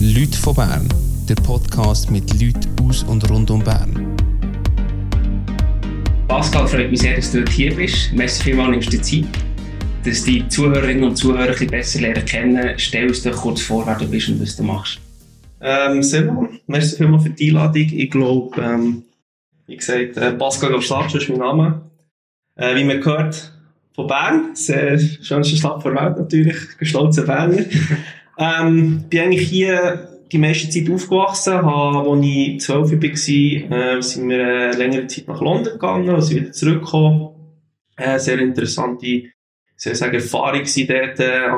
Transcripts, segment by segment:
Leute von Bern, der Podcast mit Leuten aus und rund um Bern. Pascal, freut mich sehr, dass du hier bist. Merci vielmals, nimmst du dir Zeit, dass die Zuhörerinnen und Zuhörer ein bisschen besser lernen kennen. Stell uns doch kurz vor, wer du bist und was du machst. Simon, merci vielmals für die Einladung. Ich glaube, wie gesagt, Pascal Schlagsch ist mein Name. Wie man gehört, von Bern, sehr schönste Stadt der Welt natürlich, stolzer Berner. Bin eigentlich hier die meiste Zeit aufgewachsen, als ich 12 war, sind wir eine längere Zeit nach London gegangen, als ich wieder zurückgekommen. Sehr interessante, soll ich sagen, Erfahrung dort.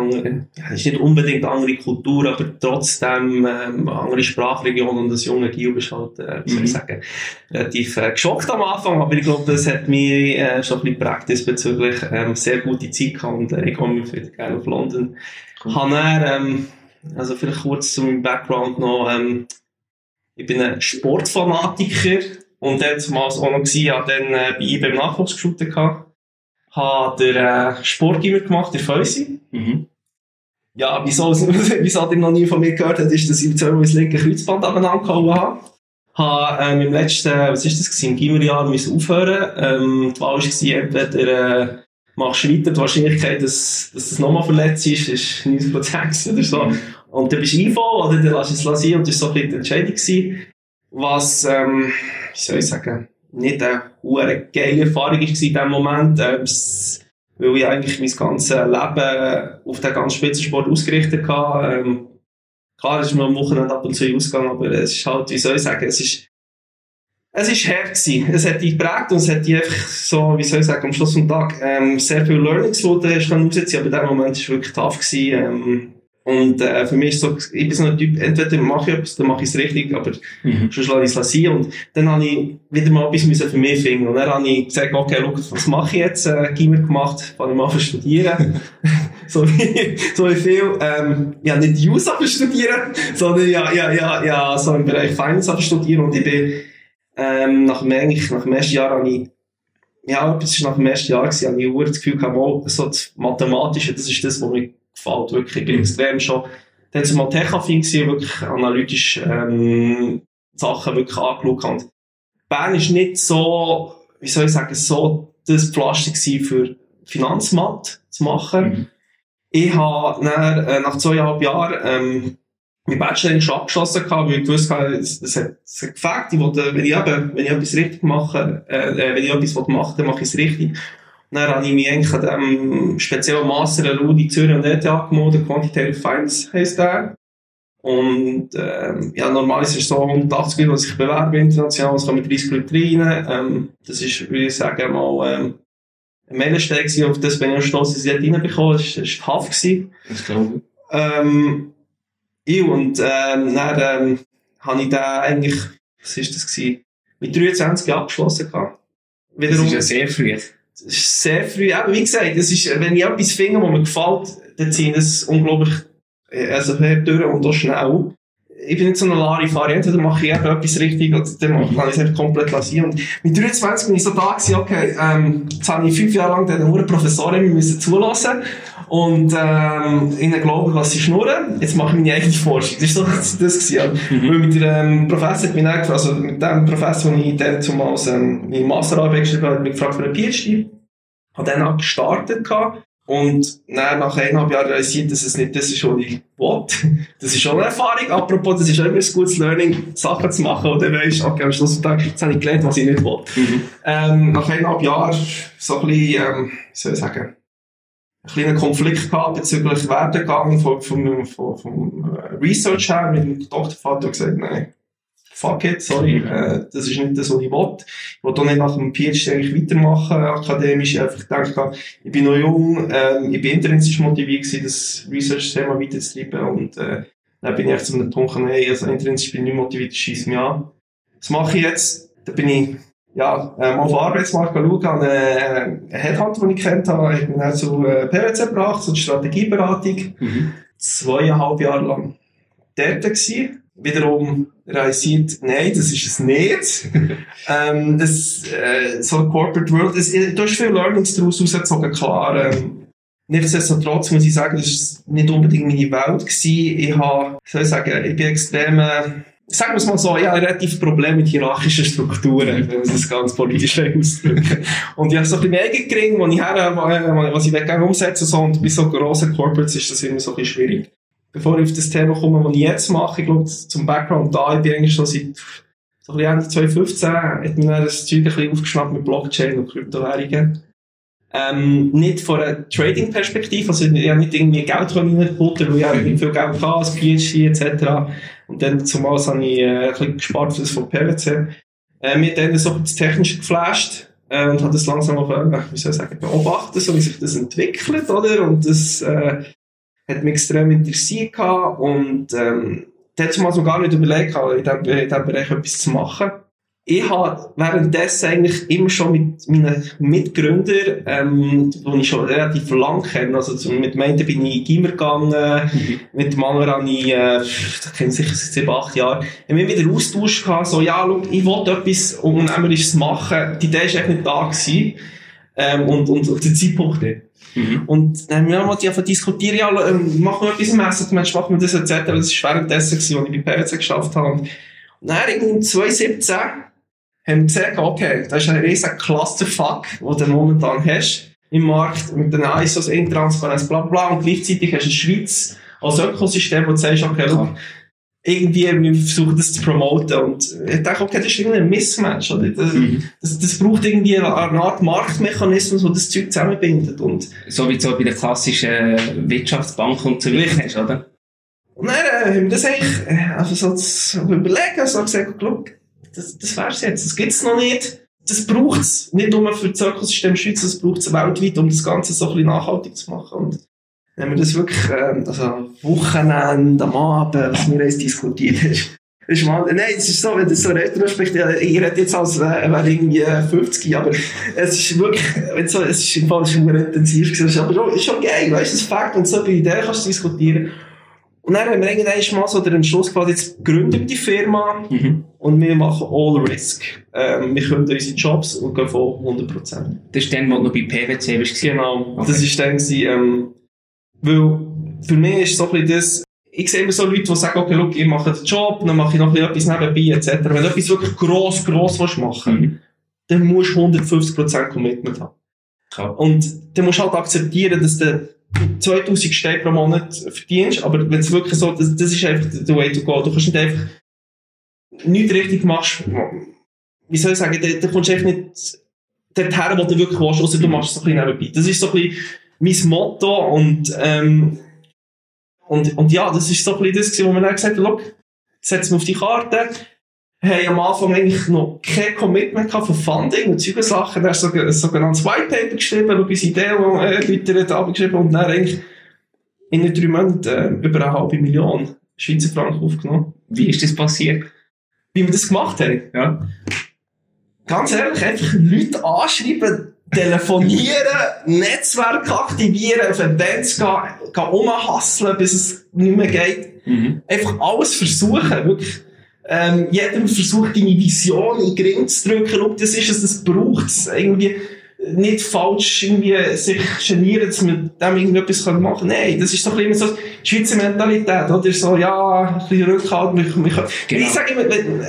Es ist nicht unbedingt eine andere Kultur, aber trotzdem andere Sprachregion und das junge Gil ist halt, wie soll ich sagen, relativ geschockt am Anfang, aber ich glaube, das hat mich schon ein bisschen geprägt diesbezüglich. Sehr gute Zeit gehabt und ich komme wieder gerne auf London. Cool. Also vielleicht kurz zu meinem Background noch. Ich bin ein Sportfanatiker und damals auch noch gewesen, habe dann bei IB im Nachwuchs geschaut gehabt. Habe den Sportgymnasium gemacht, der Feusi. Mhm. Ja, wieso ihr noch nie von mir gehört habt, ist, dass ich zweimal das linke Kreuzband aneinander gehauen habe. Habe im letzten, was ist das, im Gymnasium aufhören. Die Wahl war entweder machst du weiter, die Wahrscheinlichkeit, dass das nochmal verletzt ist 90% oder so. Und dann bist du IV oder dann lässt du es sein und das war so ein bisschen die Entscheidung gewesen. Was, wie soll ich sagen, nicht eine hohe geile Erfahrung war in diesem Moment, weil ich eigentlich mein ganzes Leben auf den ganzen Spitzensport ausgerichtet habe. Klar, es ist mir am Wochenende ab und zu ausgegangen, aber es ist halt, wie soll ich sagen, es ist hart gewesen. Es hat dich geprägt und es hat dich einfach so, wie soll ich sagen, am Schluss des Tages sehr viele Learnings, die du rausziehen, aber in dem Moment war es wirklich tough gewesen. Und für mich ist so, ich bin so ein Typ, entweder mache ich etwas, dann mache ich es richtig, aber sonst lasse ich es sein. Und dann habe ich wieder mal etwas für mich finden. Und dann habe ich gesagt, okay, schau, was mache ich jetzt? Gymnasium gemacht, fange ich mal an zu studieren. so wie viel, ja, nicht Jus studieren, sondern ja, so im Bereich Finance studieren. Und ich bin, nach dem ersten Jahr habe ich, ja, es war nach dem ersten Jahr gewesen, habe ich das Gefühl gehabt, so das Mathematische, das ist das, was mir gefällt, wirklich. Ich bin extrem schon, dann war mal tech-affin gewesen, wirklich analytisch, Sachen wirklich angeschaut. Und Bern ist nicht so, wie soll ich sagen, so das Pflaster gewesen für Finanzmath zu machen. Ich habe dann, nach 2,5 Jahren, mein Bachelor schon abgeschlossen gehabt, weil ich gewusst habe, das hat gefällt. Ich wollte, wenn ich etwas richtig mache, wenn ich etwas mache, dann mache ich es richtig. Und dann habe ich mich eigentlich an dem speziellen Master an Uni Zürich und ETH angemeldet, Quantitative Finance heisst der. Und, ja, normal ist es so 180 Leute, die sich bewerben international, es kommen 30 Leute rein. Das ist, würde ich sagen, mal, ein Meilenstein, auf das bin ich stolz, dass ich dort reinbekommen habe. Das war tough gewesen. Das glaube ich. Und dann habe ich da eigentlich, was war das gewesen? Mit 23 abgeschlossen gehabt. Wiederum, das ist ja sehr früh. Das ist sehr früh. Aber wie gesagt, das ist, wenn ich etwas finde, was mir gefällt, dann ziehe ich das unglaublich, also durch und auch schnell. Ich bin nicht so eine Larifari, entweder mache ich etwas richtig oder dann kann ich es einfach komplett lassen. Und mit 23 bin ich so da gewesen, okay, jetzt habe ich 5 Jahre lang diese Professorin müssen zulassen. Und ihnen glauben, was sie schnurren. Jetzt mache ich meine eigene Forschung. Das war so das gewesen. Weil mit dem Professor bin ich also mit dem Professor, den ich dann zumals meine Masterarbeit geschrieben habe, mich gefragt für einen PhD. Habe dann auch gestartet gehabt. Und dann nach 1,5 Jahren realisiert, dass es nicht das ist, was ich will. Das ist schon eine Erfahrung. Apropos, das ist auch immer ein gutes Learning, Sachen zu machen. Und dann weisst du, okay, am Schluss des Tages, jetzt habe ich gelernt, was ich nicht will. Nach 1,5 Jahren so ein bisschen, wie soll ich sagen, ein kleiner Konflikt gehabt bezüglich Werdegang vom Research her mit dem Doktorvater gesagt, nein, fuck it, sorry, das ist nicht das, was ich will. Ich will auch nicht nach dem PhD eigentlich weitermachen, akademisch. Einfach gedacht, ich bin noch jung, ich bin intrinsisch motiviert gewesen, das Research-Thema weiterzutreiben und dann bin ich echt zu einem Punkt gekommen, hey, also intrinsisch bin ich nicht motiviert, das scheisst mich an. Was mache ich jetzt? Da bin ich mal auf den Arbeitsmarkt schauen, einen Headhunter, den ich kennt habe, hat mich dann zu PwC gebracht, so die Strategieberatung. 2,5 Jahre lang dort gewesen. Wiederum realisiert, nein, das ist es nicht. So Corporate World, du hast viele Learnings daraus rausgezogen, klar. nichtsdestotrotz muss ich sagen, das war nicht unbedingt meine Welt gewesen. Ich bin extrem, sagen wir es mal so, ich habe ein relativ Problem mit hierarchischen Strukturen, wenn man das ganz politisch ausdrücken. Und ich habe so ein bisschen Wege gering, was ich gerne umsetzen so, und bei so grossen Corporates ist das immer so ein bisschen schwierig. Bevor ich auf das Thema komme, was ich jetzt mache, ich glaube, zum Background da, ich bin eigentlich schon seit so ein bisschen Ende 2015, hat mir dann das Zeug ein bisschen aufgeschnappt mit Blockchain und Kryptowährungen. Nicht von einer Trading-Perspektive, also ich habe nicht irgendwie Geld reingebuttert, weil ich habe nicht viel Geld hatte, als PhD etc. Und dann zumal habe ich ein bisschen gespart für das von PwC. Mir hat dann so das Technische geflasht und habe das langsam auch, beobachtet, so wie sich das entwickelt, oder? Und das hat mich extrem interessiert gehabt und da hätte ich mal so gar nicht überlegt, in diesem Bereich etwas zu machen. Ich habe währenddessen eigentlich immer schon mit meinen Mitgründern, die ich schon relativ lang kenne, also mit dem einen bin ich in Gimmer gegangen, mit dem anderen habe ich, ich kenne sicher seit 7, 8 Jahren, haben wir wieder Austausch gehabt, so, ja, schau, ich wollte etwas Unternehmerisches machen, die Idee war echt nicht da gewesen, und der Zeitpunkt nicht. Und dann haben wir mal diskutiert, ja, machen wir etwas im Asset-Mensch, machen wir das etc. Das war währenddessen, als ich bei PwC geschafft habe. Und dann irgendwie 2017 haben wir gesagt, okay, das ist ein riesiger Clusterfuck, den du momentan hast im Markt, mit den ISOs, Intransparenz, bla bla, und gleichzeitig hast du die Schweiz als Ökosystem, wo du sagst, okay, look, irgendwie, wir versuchen das zu promoten, und ich denke, okay, das ist irgendwie ein Mismatch, oder? Das braucht irgendwie eine Art Marktmechanismus, der das Zeug zusammenbindet, und so wie du so bei der klassischen Wirtschaftsbank und so weiter hast, oder? Und dann haben wir das eigentlich so überlegen, so gesagt, look, das wär's jetzt, das gibt's noch nicht, das braucht's nicht nur für das Ökosystem Schweiz, das braucht's weltweit, um das Ganze so ein bisschen nachhaltig zu machen. Und dann haben wir das wirklich, Wochenende, am Abend, was wir jetzt diskutiert haben, nein, es ist so, wenn das so retrospektiv, ich rede jetzt als, wäre irgendwie 50, aber es ist wirklich, es ist im Fall schon intensiv gewesen, aber ist schon geil, weißt du, das Fakt, und so bei Ideen kannst du diskutieren. Und dann haben wir irgendwann mal so den Entschluss quasi, jetzt gründen wir die Firma, und wir machen All Risk. Wir können unsere Jobs und gehen von 100%. Das ist dann, wo du noch bei PwC bist. Genau. Okay. Das ist dann weil für mich ist so ein bisschen das, ich sehe immer so Leute, die sagen, okay, look, ich mache den Job, dann mache ich noch etwas nebenbei, etc. Wenn du etwas wirklich gross machen willst, dann musst du 150% Commitment haben. Ja. Und dann musst du halt akzeptieren, dass du 2000 Steine pro Monat verdienst, aber wenn es wirklich so, das ist einfach the way to go. Du kannst nicht einfach nichts richtig machst, wie soll ich sagen, da kommst du einfach nicht dorthin, wo du wirklich willst, außer du machst es so ein bisschen nebenbei. Das ist so ein bisschen mein Motto, und ja, das ist so ein bisschen das, wo man dann gesagt hat, look, setzen wir auf die Karte. Haben am Anfang eigentlich noch kein Commitment gehabt von Funding und solche Sachen. Dann hast du ein sogenanntes White Paper geschrieben, über unsere Idee erläutert, abgeschrieben, und dann eigentlich in 3 Monaten über 500.000 Schweizer Franken aufgenommen. Wie ist das passiert? Wie wir das gemacht haben? Ja. Ganz ehrlich, einfach Leute anschreiben, telefonieren, Netzwerk aktivieren, auf Events gehen rumhasseln, bis es nicht mehr geht. Einfach alles versuchen, wirklich. Jedem versucht, deine Vision in den Ring zu drücken, ob das ist, das braucht es. Irgendwie nicht falsch irgendwie sich genieren, dass man dem irgendetwas machen kann. Nein, das ist doch immer so die Schweizer Mentalität, oder? So, ja, ein bisschen Rückhalt. Genau. Ich sage immer,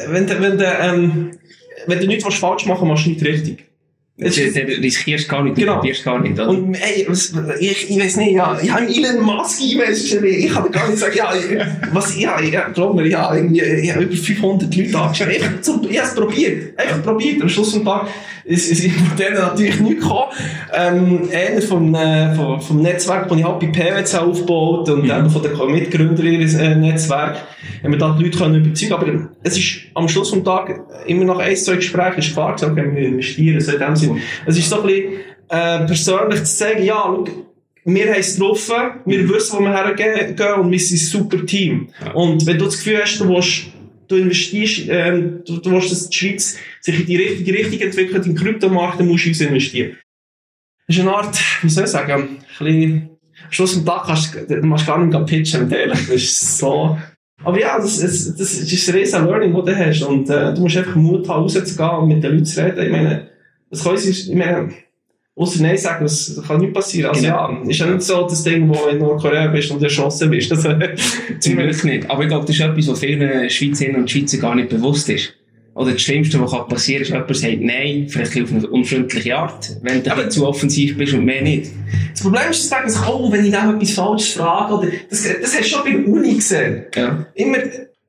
wenn du nichts falsch machen willst, machst du nicht richtig. Du riskierst gar nicht, du probierst gar nicht, oder? Und ey, ich weiss nicht, ja, ich habe Elon Musk E-Mails geschrieben, ich kann gar nicht sagen, glaub mir, ich habe über 500 Leute angeschrieben, ich habe es probiert, am Schluss des Tages ist von denen natürlich nichts gekommen. Einer vom Netzwerk, das ich halt bei PwC aufgebaut und eben von den Mitgründern ihres Netzwerk, haben wir da die Leute überzeugen, aber es ist am Schluss des Tages immer nach 1-2 Gesprächen ist klar gesagt, okay, wir investieren, so in dem Sinne. Es ist so ein bisschen persönlich zu sagen, ja, schau, wir haben es getroffen, wir wissen, wo wir hergehen und wir sind ein super Team. Ja. Und wenn du das Gefühl hast, du investierst, du willst, dass die Schweiz sich in die richtige Richtung entwickelt, im Kryptomarkt, dann musst du uns investieren. Das ist eine Art, wie soll ich sagen, ein bisschen, am Schluss des Tages du machst gar nicht pitchen, mit ehrlich. Das ist so. Aber ja, das ist ein riesen Learning, das du hast. Und du musst einfach Mut haben, rauszugehen und mit den Leuten zu reden. Ich meine, das kann ich meine, Ausser Nein sagen, das kann nicht passieren. Also Genau. ja, ist ja nicht so das Ding, wo du in Nordkorea bist und erschossen bist. Also, Zum Glück nicht. Aber ich glaube, das ist etwas, was vielen Schweizerinnen und Schweizer gar nicht bewusst ist. Oder das Schlimmste, was passieren kann, ist, jemand sagt Nein, vielleicht auf eine unfreundliche Art, wenn du zu offensiv bist und mehr nicht. Das Problem ist, dass sagen sich, oh, wenn ich dem etwas Falsches frage, oder, das hast du schon bei der Uni gesehen. Ja. Immer,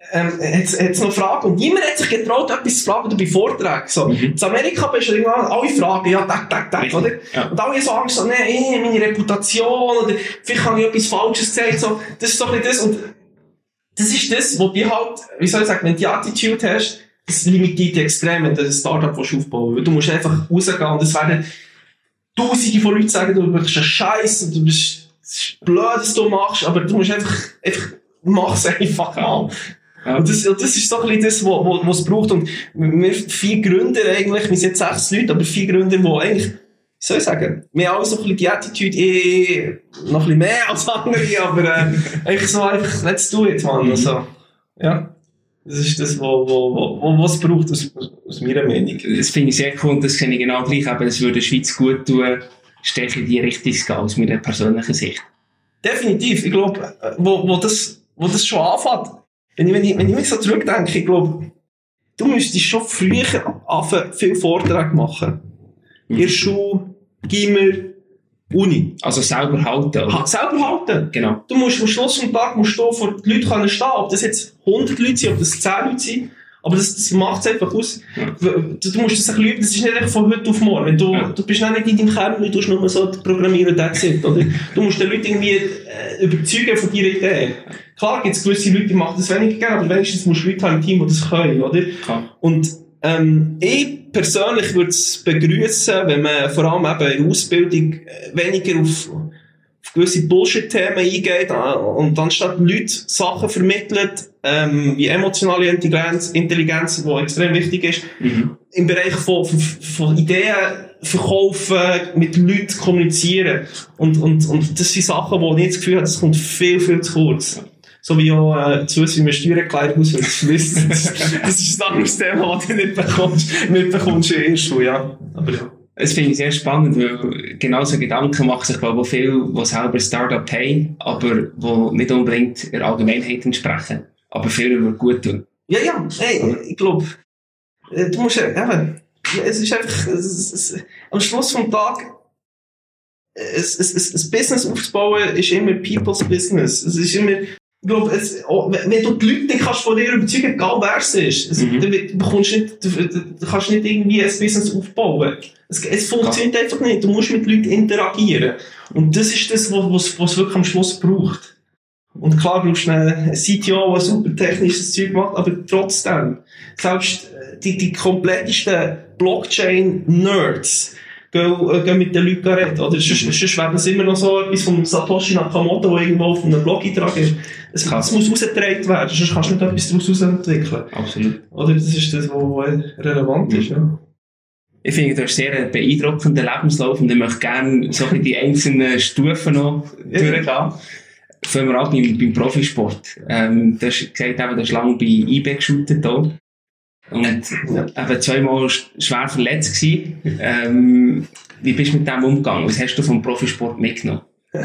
hat's noch Fragen, und niemand hat sich getraut, etwas zu fragen, oder bei Vorträgen, so. In Amerika bist du irgendwann, alle Fragen, ja, tak, oder? Ja. Und alle haben so Angst, so, nee, meine Reputation, oder, vielleicht habe ich etwas Falsches gesagt, so, das ist doch nicht das, und das ist das, wo du halt, wie soll ich sagen, wenn du die Attitude hast, das limitiert dich extrem, wenn du ein Startup aufbauen willst. Du musst einfach rausgehen, und es werden Tausende von Leuten sagen, du bist ein Scheiß, und du bist, es ist blöd, was du machst, aber du musst einfach mach's einfach an. Ja. Und das ist so ein bisschen das, was es braucht. Und wir 4 Gründer eigentlich, wir sind jetzt 6 Leute, aber 4 Gründer, die eigentlich, wie soll ich sagen, wir haben auch so ein bisschen die Attitude, noch ein bisschen mehr als andere, aber eigentlich so einfach, let's do it, man. Also, ja. Das ist das, was es braucht, aus meiner Meinung. Das finde ich sehr cool und das sehe ich genau gleich. Aber das würde der Schweiz gut tun, stärker in die Richtung zu gehen, aus meiner persönlichen Sicht. Definitiv. Ich glaube, wo das schon anfängt, wenn ich mich so zurückdenke, ich glaube, du müsstest schon früher anfangen, viele Vorträge machen. In der Schule, Gimmer, Uni. Also selber halten, oder? Selber halten. Genau. Du musst am Schluss vom Tag vor den Leuten stehen, ob das jetzt 100 Leute sind, ob das 10 Leute sind. Aber das macht es einfach aus. Ja. Du musst das ein bisschen üben, das ist nicht einfach von heute auf morgen. Wenn du bist noch nicht in deinem Kern, du tust nur so programmieren und that's it, oder? Du musst den Leuten irgendwie überzeugen von deiner Idee. Klar gibt es gewisse Leute, die machen das weniger gerne, aber wenigstens musst du Leute haben im Team, die das können, oder? Ja. Und ich persönlich würde es begrüßen, wenn man vor allem eben in der Ausbildung weniger auf gewisse Bullshit-Themen eingeht und anstatt Leute Sachen vermittelt, wie emotionale Intelligenz, die extrem wichtig ist, im Bereich von Ideen verkaufen, mit Leuten kommunizieren. Und das sind Sachen, wo ich das Gefühl habe, das kommt viel, viel zu kurz. So wie auch zu wissen, wie man Steuererklärung ausfüllt. Das ist ein anderes Thema, das du nicht mitbekommst in der Schule, ja. Aber ja. Das finde ich sehr spannend, weil genau so Gedanken machen sich, glaube ich, auch viele, die selber ein Startup haben, aber die nicht unbedingt der Allgemeinheit entsprechen. Aber viele würde gut tun. Ja, hey, ich glaube, du musst eben, es ist einfach, am Schluss vom Tag, ein Business aufzubauen, ist immer People's Business. Es ist immer, ich glaube, wenn du die Leute nicht kannst von dir überzeugen, egal wer es ist, du kannst nicht irgendwie ein Business aufbauen. Es funktioniert einfach nicht. Du musst mit Leuten interagieren. Und das ist das, was es wirklich am Schluss braucht. Und klar brauchst du einen CTO, der super technisches Zeug macht, aber trotzdem, selbst die komplettesten Blockchain-Nerds gehen mit den Leuten reden. Oder sonst wäre das immer noch so etwas von Satoshi Nakamoto, der irgendwo auf einem Blog eintragen ist. Es muss rausgetragen werden, sonst kannst du nicht etwas daraus entwickeln. Absolut. Oder das ist das, was relevant ist. Ja. Ich finde, du hast sehr einen beeindruckenden Lebenslauf und ich möchte gerne so die einzelnen Stufen noch durchgehen. Fangen wir an beim Profisport. Du hast gesagt, du hast lange bei IB geshootet hier. Und eben 2-mal schwer verletzt gewesen. Wie bist du mit dem umgegangen? Was hast du vom Profisport mitgenommen?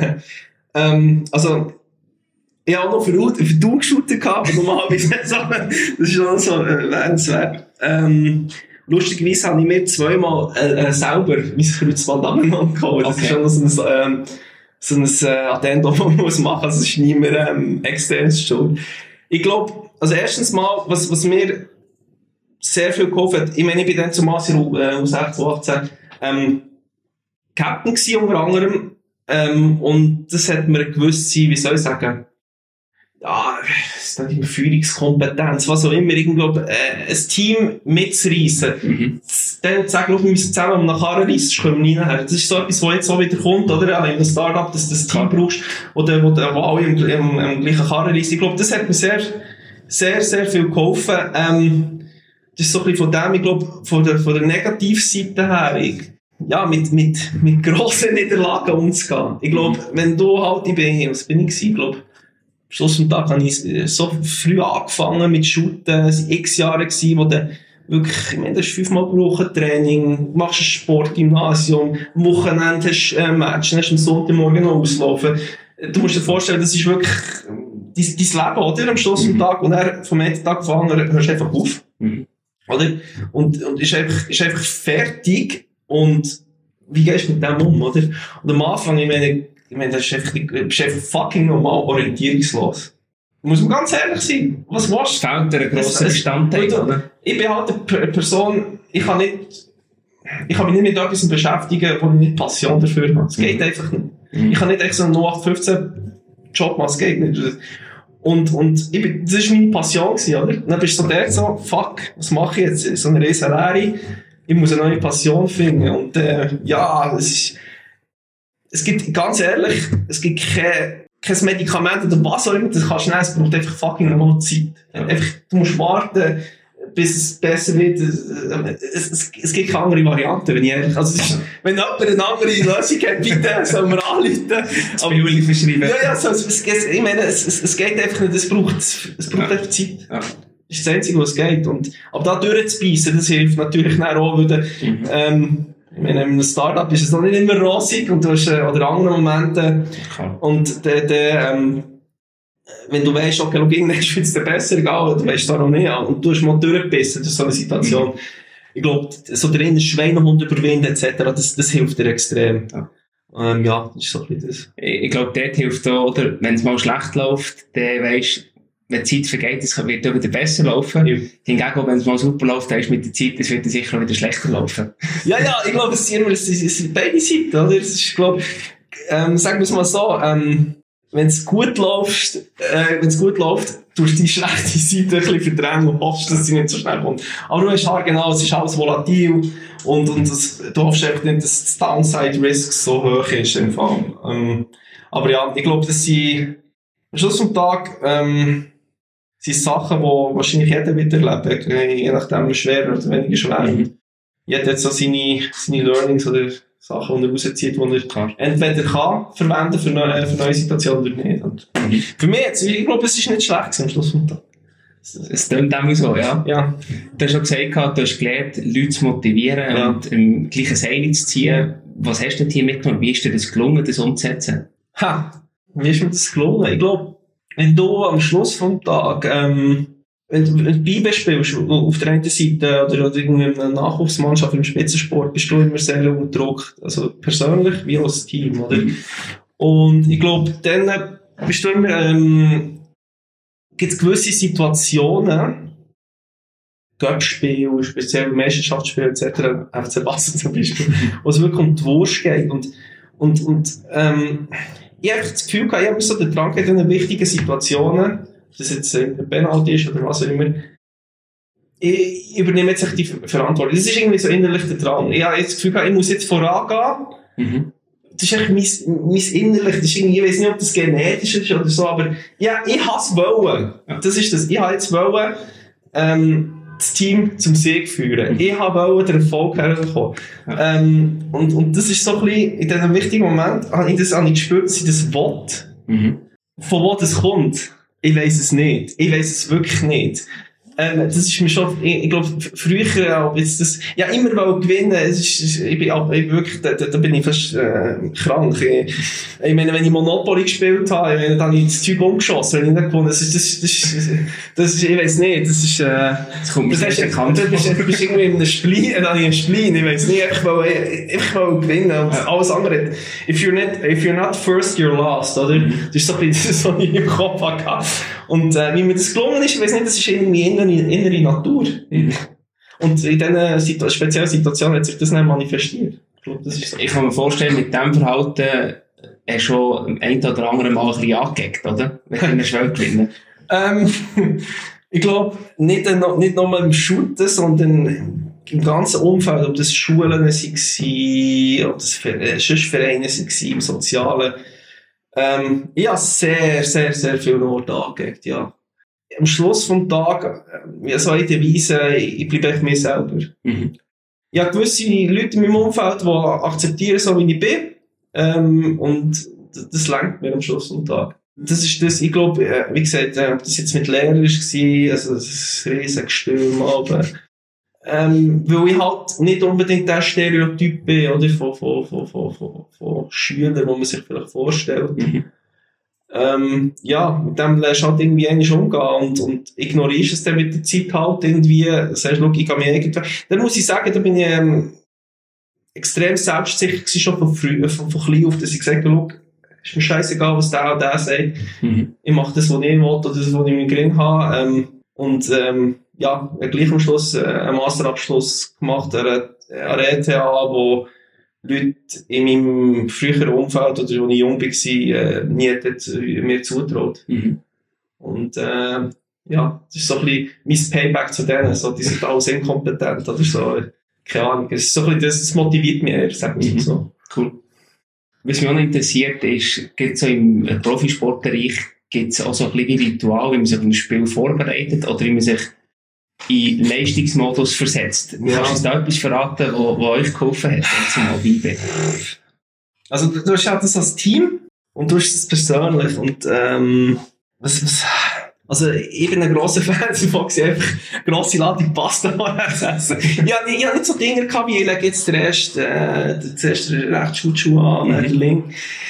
Also, ich habe noch für du geshootet gehabt, aber normalerweise nicht so. Das ist schon so erwähnenswert. Lustigerweise habe ich mir 2-mal selber mein Kreuzband aneinander geholt. Das ist schon so ein Addendum, das man machen muss. Also es ist nie mehr externes Schuld. Ich glaube, also erstens mal, was mir sehr viel geholfen hat, ich meine, ich bin dann zumal aus 18 Captain gewesen, unter anderem, und das hat mir eine gewisse, wie soll ich sagen, ja, das ist nicht Führungskompetenz, was auch immer, irgendwo, ein Team mitzureissen. Dann zu sagen, wir müssen zusammen um eine Karre reissen, sonst können wir nie nachher. Das ist so etwas, was jetzt so wieder kommt, oder? In einem Startup, dass du das Team brauchst, wo alle im gleichen Karre reissen. Ich glaube, das hat mir sehr, sehr, sehr viel geholfen. Das ist so ein bisschen von dem, ich glaube, von der Negativseite her, mit grossen Niederlagen umzugehen. Ich glaube, wenn du halt, was bin ich gewesen? Ich glaube, am Schluss des Tages habe ich so früh angefangen mit Shooten. Es waren x Jahre gewesen, wo du wirklich, ich meine, das ist 5-mal pro Woche Training, machst ein Sportgymnasium, am Wochenende hast du ein Match, dann hast du am Sonntagmorgen noch auslaufen. Du musst dir vorstellen, das ist wirklich dein Leben, oder? Am Schluss des Tages. Und dann, vom einen Tag von anderen, hörst du einfach auf. Oder? Und ist einfach fertig. Und wie gehst du mit dem um, oder? Und am Anfang, ich meine, das ist einfach fucking normal orientierungslos. Muss man ganz ehrlich sein. Was willst du? Fehlt dir ein grosser Bestandteil, oder? Ich bin halt eine Person, ich kann mich nicht mit etwas beschäftigen, wo ich nicht Passion dafür habe. Es geht einfach nicht. Ich kann nicht echt so einen 0815 Job machen, es geht nicht. Und das ist meine Passion gewesen, oder? Dann bist du so der so, fuck, was mache ich jetzt? So eine riesen Lehre. Ich muss eine neue Passion finden. Und, ja, es gibt, ganz ehrlich, es gibt kein Medikament oder was auch immer, das kannst du nehmen, es braucht einfach fucking noch Zeit. Einfach, du musst warten, bis es besser wird. Es gibt keine andere Variante, wenn ich ehrlich, also wenn jemand eine andere Lösung hat, bitte, soll man anrufen. Das Pilluli verschreiben. Ja, ich meine, es geht einfach nicht, es braucht einfach Zeit. Ja. Das ist das Einzige, was geht. Aber da durchzubeissen, das hilft natürlich auch, weil ich meine, in einem Startup ist es noch nicht immer rosig und du hast, oder andere Momente. Und wenn du weißt, okay, irgendwann wird es dir besser gehen, du weißt da noch nicht, und du hast mal durchgebissen durch so eine Situation. Ich glaube, so der innere Schweinehund überwinden, etc., das hilft dir extrem. Ja, das ist so ein bisschen das. Ich glaube, dort hilft auch, oder, wenn es mal schlecht läuft, dann weisst, wenn die Zeit vergeht, es wird auch wieder besser laufen. Ja. Hingegen, wenn es mal super läuft, dann ist mit der Zeit, es wird sicher auch wieder schlechter laufen. Ja, ich glaube, es sind beide Seiten, oder? Es ist, glaube sagen wir es mal so, wenn es gut läuft, tust du die schlechte Seite ein bisschen verdrängen und hoffst, dass sie nicht so schnell kommt. Aber du weißt halt genau, es ist alles volatil und du hoffst einfach nicht, dass das Downside-Risk so hoch ist im Fall. Aber ja, ich glaube, dass sie am Schluss vom Tag sind Sachen, die wahrscheinlich jeder wird erleben, je nachdem wie schwer oder weniger schwer. Jeder hat so seine Learnings oder Sachen, die er rauszieht, die er entweder kann verwenden für neue Situationen oder nicht. Und für mich jetzt, ich glaube, es ist nicht schlecht am Schluss vom Tag. Es klingt auch so, ja. Du hast schon gesagt, du hast gelernt, Leute zu motivieren und im gleichen Seil zu ziehen. Was hast du denn hier mitgenommen? Wie ist dir das gelungen, das umzusetzen? Wie ist mir das gelungen? Ich glaube, wenn du am Schluss vom Tag, wenn du Bibel spielst, auf der einen Seite, oder irgendwie in einer Nachwuchsmannschaft im Spitzensport, bist du immer sehr unter Druck. Also persönlich wie auch als Team, oder? Und ich glaube, dann bist du immer, gibt es gewisse Situationen, Cup-Spiele, speziell Meisterschaftsspiele etc., FC Basel zum Beispiel, wo es wirklich um die Wurst geht. Ich habe das Gefühl gehabt, ich habe so den Drang in diesen wichtigen Situationen, ob das jetzt ein Penalty ist oder was auch immer, ich übernehme jetzt echt die Verantwortung. Das ist irgendwie so innerlich der Drang. Ich habe jetzt das Gefühl gehabt, ich muss jetzt vorangehen. Das ist eigentlich mein Innerlich, das ist irgendwie, ich weiß nicht, ob das genetisch ist oder so, aber ja, ich habe es wollen. Das ist das. Ich habe jetzt wollen, das Team zum Sieg führen. Ich wollte den Erfolg herbekommen. Und das ist so ein bisschen, in diesem wichtigen Moment, habe ich gespürt, dass ich das will. Von wo das kommt, ich weiss es nicht. Ich weiss es wirklich nicht. Das ist mir schon, ich glaube, früher auch jetzt das, ja, immer gewinnen, ich bin auch, wirklich, da bin ich fast, krank. Ich meine, wenn ich Monopoly gespielt habe, dann habe ich das Zeug umgeschossen, wenn ich nicht gewonnen, das ist, ich weiss nicht, das ist, das kommt mir das sehr bekannt vor. Du bist irgendwie in einem Spleen, dann habe ich einen Spleen, ich weiss nicht, ich will gewinnen, und alles andere, if you're not first, you're last, oder? Das ist so ein bisschen, so wie ich im Kopf hatte. Und, wie mir das gelungen ist, ich weiss nicht, das ist irgendwie innere Natur. Und in diesen speziellen Situationen hat sich das nicht manifestiert. Ich glaube, das ist so. Ich kann mir vorstellen, mit diesem Verhalten hast du schon ein oder andere Mal ein bisschen angegeckt, oder? Wenn du eine gewinnen. Ich glaube, nicht nur im Shooten, sondern im ganzen Umfeld, ob das Schulen waren, ob das sonst Vereine waren, im Sozialen. Ich habe sehr, sehr, sehr viele Orte angegeben, ja. Am Schluss vom Tag, wie so eine Devise, ich bleibe echt mir selber. Ich habe gewisse Leute in meinem Umfeld, die akzeptieren, so wie ich bin, und das lenkt mir am Schluss vom Tag. Das ist das, ich glaube, wie gesagt, ob das jetzt mit Lehrern war, also das riesige Gestürm, aber weil ich halt nicht unbedingt der Stereotyp bin, oder, von Schülern, wo man sich vielleicht vorstellt. Ja, mit dem lernst du halt irgendwie eigentlich umgehen und ignorierst es dann mit der Zeit halt irgendwie, sagst, schau, ich kann mir irgendwann, dann muss ich sagen, da bin ich extrem selbstsicher gewesen, schon von klein auf, dass ich gesagt habe, schau, ist mir scheißegal, was der oder der sagt, ich mache das, was ich will, oder das, was ich im Grill habe, ja, gleich am Schluss einen Masterabschluss gemacht an der ETH, wo Leute in meinem früheren Umfeld, oder als ich jung war, nie hätten mir zutraut. Und ja, das ist so ein bisschen mein Payback zu denen, so, die sind alles inkompetent, oder so, keine Ahnung, es ist so ein bisschen, das motiviert mich eher, sagen wir so. Cool. Was mich auch noch interessiert ist, gibt es so im Profisportbereich auch so ein bisschen Ritual, wie man sich auf ein Spiel vorbereitet, oder wie man sich in Leistungsmodus versetzt. Ja. Kannst du uns da etwas verraten, was euch geholfen hat, zum Hobby? Also du hast ja das als Team und du hast es persönlich und also ich bin ein grosser Fan davon, einfach grosse Ladung Pasta essen. Ich habe nicht so Dinge gehabt, wie ich lege jetzt zuerst den rechten Schutzschuh an, den linken.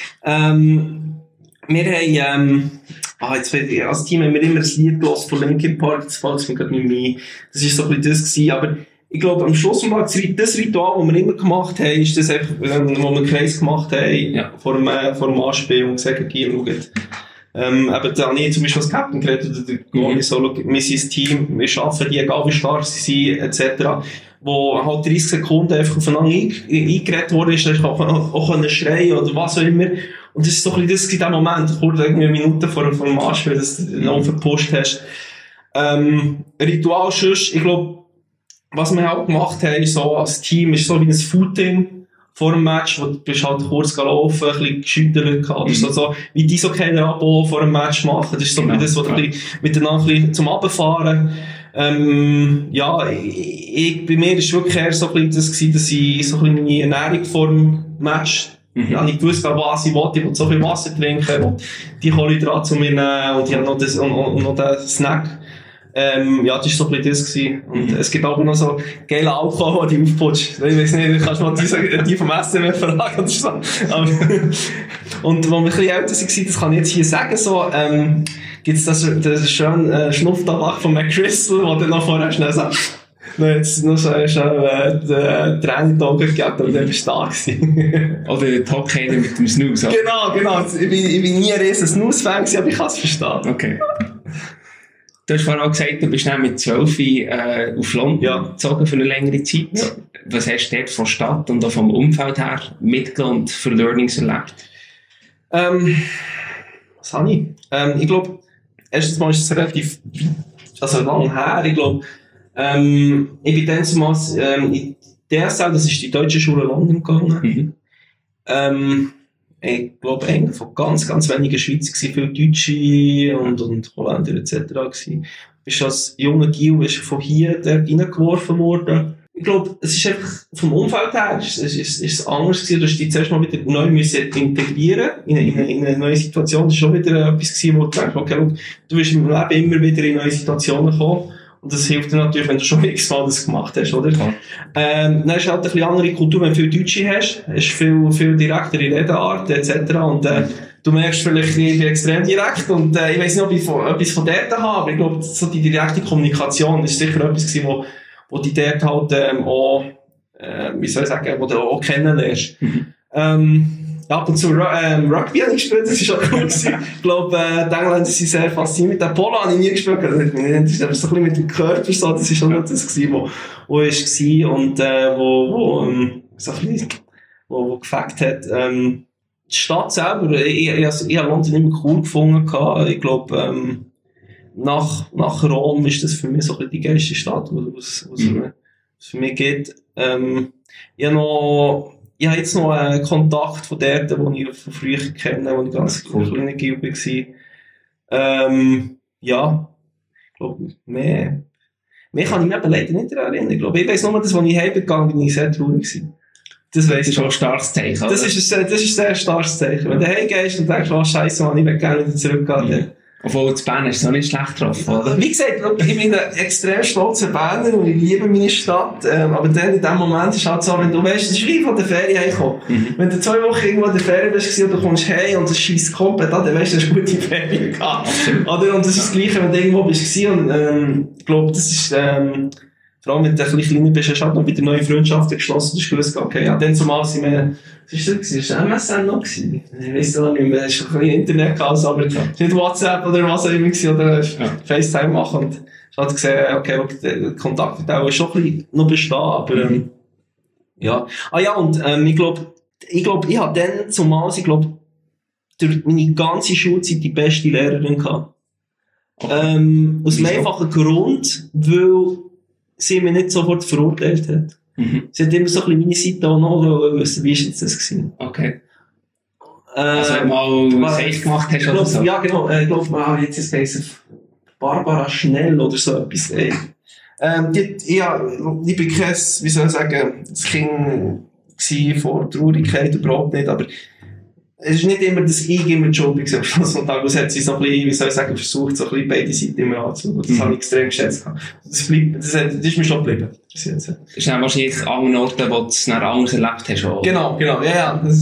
Wir haben als Team haben wir immer ein Lied gehört von Linkin Park, das fällt mir gerade nicht mehr ein. Das war so ein bisschen das gewesen, aber ich glaube, am Schluss das Ritual, das wir immer gemacht haben, ist das einfach, wo wir einen Kreis gemacht haben, vor dem Anspiel und gesagt, okay, schaut. Eben, da habe ich zum Beispiel als Captain geredet, oder der Goalie so, wir sind ein Team, wir schaffen die, egal wie stark sie sind, etc. Wo halt 30 Sekunden einfach aufeinander eingeredet worden ist, dass ich auch schreien oder was auch immer. Und das ist so ein bisschen das in dem Moment, kurz irgendwie eine Minute vor dem Anspiel, dass du noch verpusht hast. Ritual sonst, ich glaube, was wir halt gemacht haben, so als Team, ist so wie ein Footing vor dem Match, wo du bist halt kurz gelaufen, ein bisschen geschüttelt gehabt, oder so, wie die so keine Abo vor dem Match machen. Das ist so genau, das, was du miteinander ein bisschen zum Abfahren. Ja, bei mir ist wirklich eher so ein bisschen das gewesen, dass ich so ein bisschen meine Ernährung vor dem Match, ja, ich wusste, was ich wollte. Ich wollte so viel Wasser trinken, die Kohlenhydrate zu mir nehmen und ich habe noch das, und noch den Snack. Ja, das war so ein bisschen das gewesen. Und es gibt aber noch so geile Alkohol, die aufputscht. Ich weiss nicht, kannst du mal die vom SMF fragen oder so. Und wo wir ein bisschen älter waren, das kann ich jetzt hier sagen, so, gibt's das schöne Schnupftabak von McChrystal, wo dann noch vorher schnell so, jetzt noch so Tränen in die Augen gegeben, aber dann bist du da gewesen. Oder der Top-Hater mit dem Snooze. Genau. Ich bin nie ein riesen Snooze-Fan gewesen, aber ich kann es verstehen. Okay. Du hast vorhin auch gesagt, du bist dann mit 12 auf London gezogen für eine längere Zeit. Ja. Was hast du dort von Stadt und auch vom Umfeld her mitgenommen und für Learnings erlebt? Was habe ich? Ich glaube, erstens mal ist es relativ lang her. Ich glaube, ich bin dann zumal in DSL, das ist die Deutsche Schule London gegangen. Ich glaube, eigentlich von ganz, ganz wenigen Schweizer gewesen, viele Deutsche und Holländer etc. gewesen. Bist als junger Gil von hier dort reingeworfen worden. Ich glaube, es ist einfach vom Umfeld her, ist es anders gewesen. Du hast dich zuerst mal wieder neu integrieren in eine neue Situation. Das ist schon wieder etwas gewesen, wo du denkst, okay, du wirst im Leben immer wieder in neue Situationen kommen. Und das hilft dir natürlich, wenn du schon x-mal das gemacht hast, oder? Ja. Dann ist halt ein bisschen andere Kultur, wenn du viel Deutsche hast viel direktere Redeart, etc. Und, du merkst vielleicht, ich bin extrem direkt und, ich weiss nicht, ob ich etwas von dort habe, aber ich glaube, so die direkte Kommunikation ist sicher etwas gewesen, wo die dort halt, auch, wie soll ich sagen, wo du auch kennenlernst. Ab und zu Rugby habe ich gespielt, das ist auch cool gewesen. Ich glaube, die Engländer sind sehr fasziniert. Mit dem Polo habe ich nie gespielt, das ist so ein bisschen mit dem Körper so, das ist schon das gewesen, wo ich war und so ein bisschen, wo gefackt hat. Die Stadt selber, ich habe London immer cool gefunden. Ich glaube, nach Rom ist das für mich so ein bisschen die geilste Stadt, was für mich geht. Ich habe jetzt noch einen Kontakt von dort, den ich von früher kenne, wo ich ganz kleiner Gil war. Ja, ich glaube, mehr kann ich mir aber leider nicht erinnern. Ich glaube, ich weiss nur, dass, als ich heimgegangen bin, ich sehr traurig war. Das ist schon ein starkes Zeichen, oder? Das ist ein sehr starkes Zeichen. Wenn du heimgehst und denkst, oh Scheisse, Mann, ich will gerne wieder zurückgehen. Obwohl, zu Bern ist es auch nicht schlecht drauf, oder? Wie gesagt, ich bin ein extrem stolzer Berner und ich liebe meine Stadt. Aber dann in dem Moment ist halt so, wenn du weißt, das ist wie von der Ferien heimgekommen. Wenn du 2 Wochen irgendwo in der Ferien bist und du kommst heim und das scheisst komplett an, dann weißt du, du hast gute Ferien gehabt. Oder? Und das ist das Gleiche, wenn du irgendwo bist. Und ich glaube, das ist vor allem, wenn du ein bisschen kleiner bist, hast du halt noch wieder neue Freundschaften geschlossen. Du hast gewusst, okay, ja, dann zumal sind wir, was war das? Das war MSN noch gewesen. Ich weiss noch nicht mehr, es war ein bisschen Internet gehabt, aber es war nicht WhatsApp oder was auch immer gewesen, oder FaceTime machen. Und ich habe gesehen, okay, der Kontakt wird auch schon ein bisschen noch bestehen, aber, ja. Ah ja, und, ich glaube, ich habe dann zumal, durch meine ganze Schulzeit die beste Lehrerin gehabt. Aus dem einfachen Grund, weil sie mich nicht sofort verurteilt hat. Sie hat immer so ein bisschen meine Seite auch noch wissen, wie ist jetzt das gewesen? Okay. Also wenn du mal Seich gemacht hast oder so? Ja, genau. Ich glaube, jetzt ist es Barbara Schnell oder so etwas. Ich bin kein, wie soll ich sagen, das Kind vor Traurigkeit überhaupt nicht, aber es ist nicht immer, dass ich immer die Schuld bin. Das hat sie so ein bisschen, wie soll ich sagen, versucht, so ein bisschen beide Seiten immer anzuschauen. Das habe ich extrem geschätzt. Das ist mir schon geblieben. Das ist dann wahrscheinlich an anderen Orten, wo du es dann anders erlebt hast. Oder? Genau. Ja, das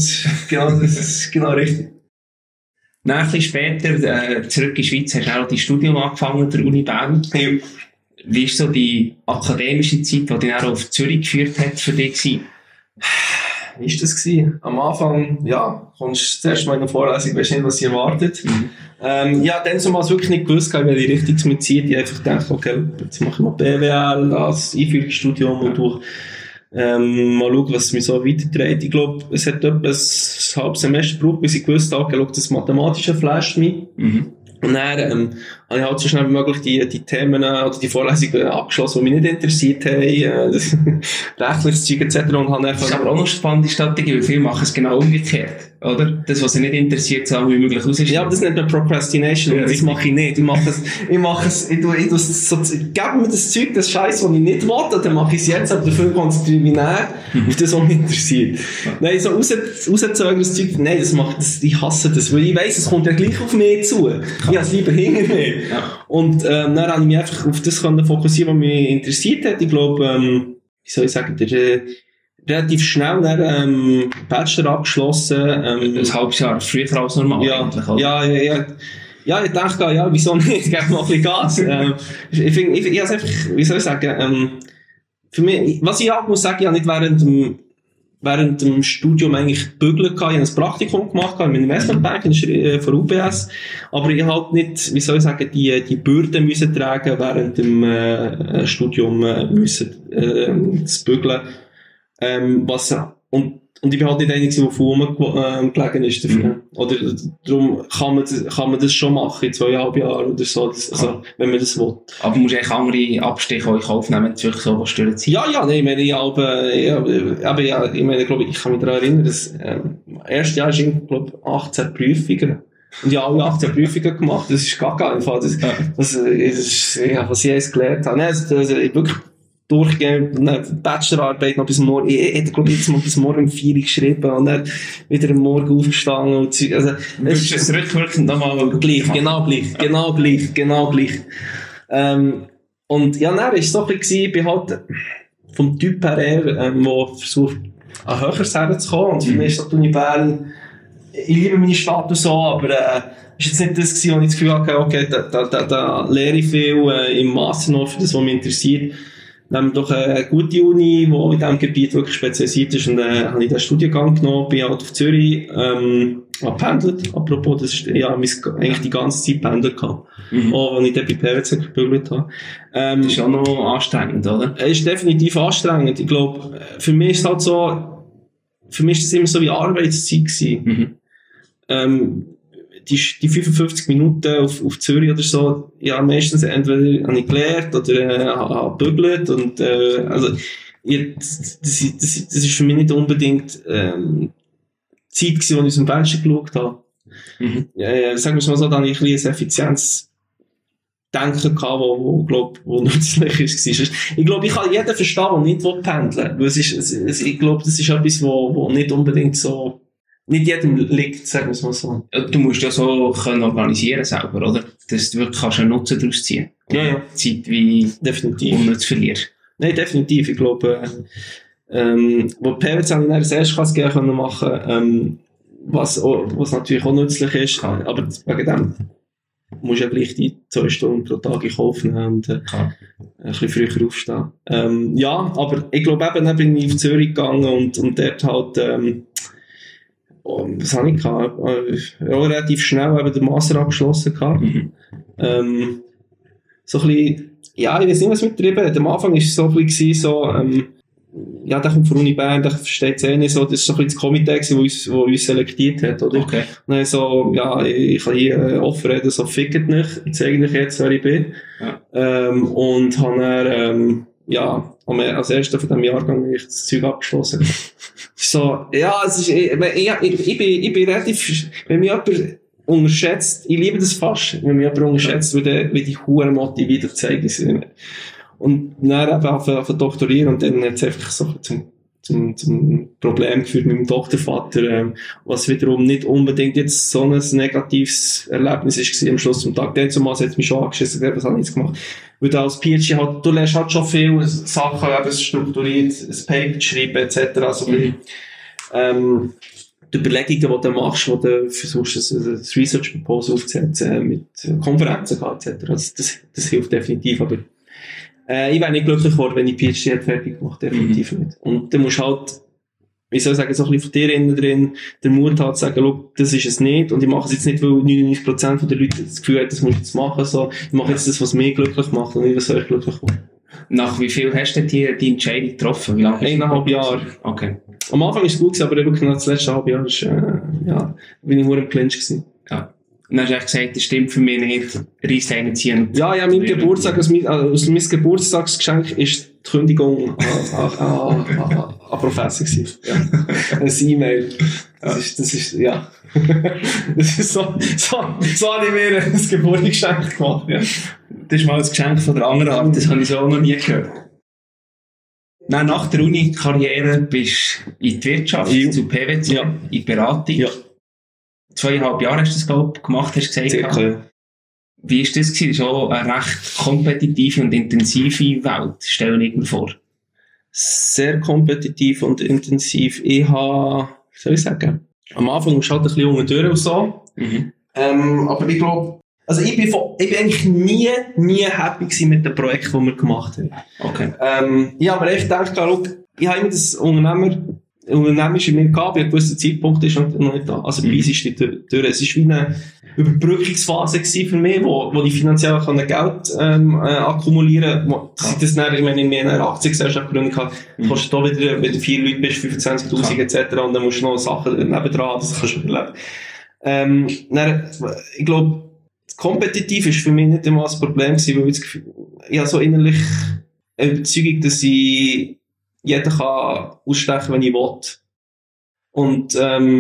ist genau richtig. Dann ein bisschen später, zurück in die Schweiz, hast du auch dein Studium angefangen an der Uni Bern. Ja. Wie war so die akademische Zeit, die dich auch auf Zürich geführt hat, für dich gewesen? Wie war das gewesen? Am Anfang, ja, kommst du zuerst mal in der Vorlesung, weißt nicht, was sie erwartet. Ja, dann zumal wirklich nicht gewusst, weil die Richtung mit zieht. Ich einfach gedacht, okay, jetzt mache ich mal BWL als Einführungsstudium und durch, mal schauen, was mich so weiterträgt. Ich glaube, es hat etwa ein halbes Semester gebraucht, bis ich gewusst habe, okay, das Mathematische flasht mich. Und dann, habe ich halt so schnell wie möglich die Themen oder die Vorlesungen abgeschlossen, die mich nicht interessiert haben, rechtliches Zeug etc. Und habe einfach... Das ist aber auch noch eine spannende Strategie, weil viele machen es genau umgekehrt, oder? Das, was sie nicht interessiert, so lange wie möglich raus ist. Ja, aber das nennt man Procrastination, und das mache ich nicht. Ich gebe mir das Zeug, das Scheiß, was ich nicht will, dann mache ich es jetzt, aber dafür konzentriere ich mich näher auf das, was mich interessiert. Nein, so rauszögern Zeug, nein, ich hasse das, weil ich weiss, es kommt ja gleich auf mich zu. Ich habe es lieber hinter mir. Ja. Und dann habe ich mich einfach auf das fokussieren, was mich interessiert hat. Ich glaube, wie soll ich sagen, relativ schnell dann, Bachelor abgeschlossen. Ein halbes Jahr früher als normal eigentlich, oder? Ja, ich dachte, ja, wieso nicht? Gib mal ein bisschen Gas. Ich habe es einfach, wie soll ich sagen, für mich, was ich auch muss sagen, ich habe nicht während dem Studium eigentlich gebügelt gehabt. Ich habe ein Praktikum gemacht im Investmentbank von UBS. Aber ich habe halt nicht, wie soll ich sagen, die Bürden müssen tragen während dem Studium das Bügeln. Und ich bin halt nicht einer, der von gelegen ist dafür. Oder darum kann man das schon machen in 2,5 Jahren oder so, also, wenn man das will. Aber du musst eigentlich andere Abstriche in Kauf nehmen, wenn du wirklich so was stört. Ja, nein, ich meine, ich glaube, ich kann mich daran erinnern, dass, erstes Jahr ist, glaube 18 Prüfungen. Und ich habe alle 18 Prüfungen gemacht, das ist gar nicht. Das ist, ja, was ich jetzt gelernt habe. Nein, wirklich, durchgehend, eine Bachelorarbeit noch bis morgen, ich hätte, glaube ich, jetzt mal bis morgen um 4 Uhr geschrieben und dann wieder am Morgen aufgestanden und so, also, es ist rückwirkend nochmal gleich, genau gleich. Und ja, dann ist es so ein bisschen, ich bin halt vom Typ her, wo versucht, an höheres herzukommen, und für mich ist die Uni Bern, ich liebe meine Stadt und so, aber, ist jetzt nicht das gewesen, wo ich das Gefühl hatte, okay, da lehre ich viel, im Master noch für das, was mich interessiert. Dann haben wir doch eine gute Uni, die in diesem Gebiet wirklich spezialisiert ist, und habe ich den Studiengang genommen, bin halt auf Zürich, gependelt. Apropos, das ist, ja, eigentlich die ganze Zeit pendelt gehabt. Auch wenn ich dann bei PwC gebügelt habe. Das ist auch noch anstrengend, oder? Es ist definitiv anstrengend. Ich glaube, für mich ist es halt so, für mich ist es immer so wie Arbeitszeit gewesen. Die 55 Minuten auf Zürich oder so, ja, meistens entweder habe ich gelernt oder habe gebügelt, und also das ist für mich nicht unbedingt Zeit gewesen, wo ich aus dem Fenster geschaut habe. Ja, sagen wir es mal so, da habe ich ein bisschen Effizienzdenken gehabt, wo nützlich ist. Ich glaube, ich kann jeden verstehen, der nicht pendeln will. Ich glaube, das ist etwas, wo nicht unbedingt so nicht jedem liegt, sagen wir es mal so. Du musst ja so können organisieren selber, oder? Dass du wirklich kannst einen Nutzen daraus ziehen. Ja. Zeit wie Definitiv. unnütz verlierst. Nein, definitiv. Ich glaube, wo PwC habe ich dann das Erstklasse gerne machen, was natürlich auch nützlich ist, aber wegen dem musst du ja gleich die 2 Stunden pro Tag in Kauf nehmen und ein bisschen früher aufstehen. Ja, aber ich glaube eben, dann bin ich auf Zürich gegangen und dort halt, was habe ich gehabt? Ja, relativ schnell eben den Master abgeschlossen gehabt. So ein bisschen, ja, ich weiß nicht, was mitgetrieben hat. Am Anfang war es so ein bisschen ja, der kommt von Uni Bern, der versteht es eh nicht so, das war so ein bisschen das Komitee, das uns selektiert hat, oder? Okay. Und dann so, ja, ich kann hier offen reden, so fickt nicht, ich zeige euch jetzt, wer ich bin. Ja. Und habe dann, ja, als erster von diesem Jahrgang das Zeug abgeschlossen. So, ja, es ist, ich bin relativ, wenn mich jemand unterschätzt, ich liebe das fast, wenn mich jemand unterschätzt, wie die Huren motiviert zeigen. Und dann eben auf doktorieren und dann hat es einfach so zum Problem geführt mit dem Doktorvater, was wiederum nicht unbedingt jetzt so ein negatives Erlebnis ist am Schluss vom Tag. Dann zumal hat es mich schon angeschissen, was habe ich jetzt gemacht? Weil du als PhD halt, du lernst halt schon viele Sachen, eben strukturiert, ein Paper zu schreiben, etc. Also, die Überlegungen, die du machst, wo du versuchst, ein Research Proposal aufzusetzen, mit Konferenzen, etc. Das hilft definitiv, aber ich wäre nicht glücklich geworden, wenn ich PhD fertig gemacht hätte, definitiv nicht. Und dann musst du halt, wie soll ich sagen, so ein bisschen von dir innen drin den Mut haben zu sagen, schau, das ist es nicht, und ich mache es jetzt nicht, weil 99% der Leute das Gefühl haben, das muss ich jetzt machen, so, ich mache jetzt das, was mich glücklich macht, und nicht, was euch glücklich macht. Nach wie viel hast du die Entscheidung getroffen? Wie lange? 1,5 Jahre. Okay. Am Anfang war es gut, aber wirklich nach das letzte halbe Jahr ist, ja, bin ich nur im Clinch gewesen. Ja. Und dann hast du echt gesagt, das stimmt für mich nicht, Reissleine ziehen. Ja, mein Geburtstag, mein Geburtstagsgeschenk ist die Kündigung an Professor gewesen. Ja. Ein E-Mail. Das ist, ja. Das ist so habe ich mir ein Geburtstagsgeschenk gemacht, ja. Das ist mal ein Geschenk von der anderen Art, das habe ich so auch noch nie gehört. Dann, nach der Uni-Karriere bist du in die Wirtschaft, zu PwC, in die Beratung. Ja. 2,5 Jahre hast du das, glaube ich, gemacht, hast du gesagt. Ja. Wie war das? Das ist auch eine recht kompetitive und intensive Welt, stelle ich mir vor. Sehr kompetitiv und intensiv. Ich habe, wie soll ich sagen, am Anfang musst du halt ein bisschen unten durch und so. Aber ich glaube, also ich bin eigentlich nie happy gewesen mit dem Projekt, das wir gemacht haben. Okay. Ich habe mir echt gedacht, ich habe immer das Unternehmerisch in mir gehabt, ein gewisser Zeitpunkt ist noch nicht da. Also bei uns ist die durch. Es war wie eine Überbrückungsphase gewesen für mich, wo ich finanziell Geld akkumulieren konnte. Seit das dann, ich meine, in einer Aktiengesellschaft gegründet habe, kostet auch wieder, wenn du 4 Leute bist, 25'000 etc. Und dann musst du noch Sachen nebendran haben, das kannst du überleben. Ich glaube, kompetitiv ist für mich nicht immer das Problem gewesen, weil ich habe so innerlich eine Überzeugung, dass ich jeder kann ausstechen, wenn ich will. Und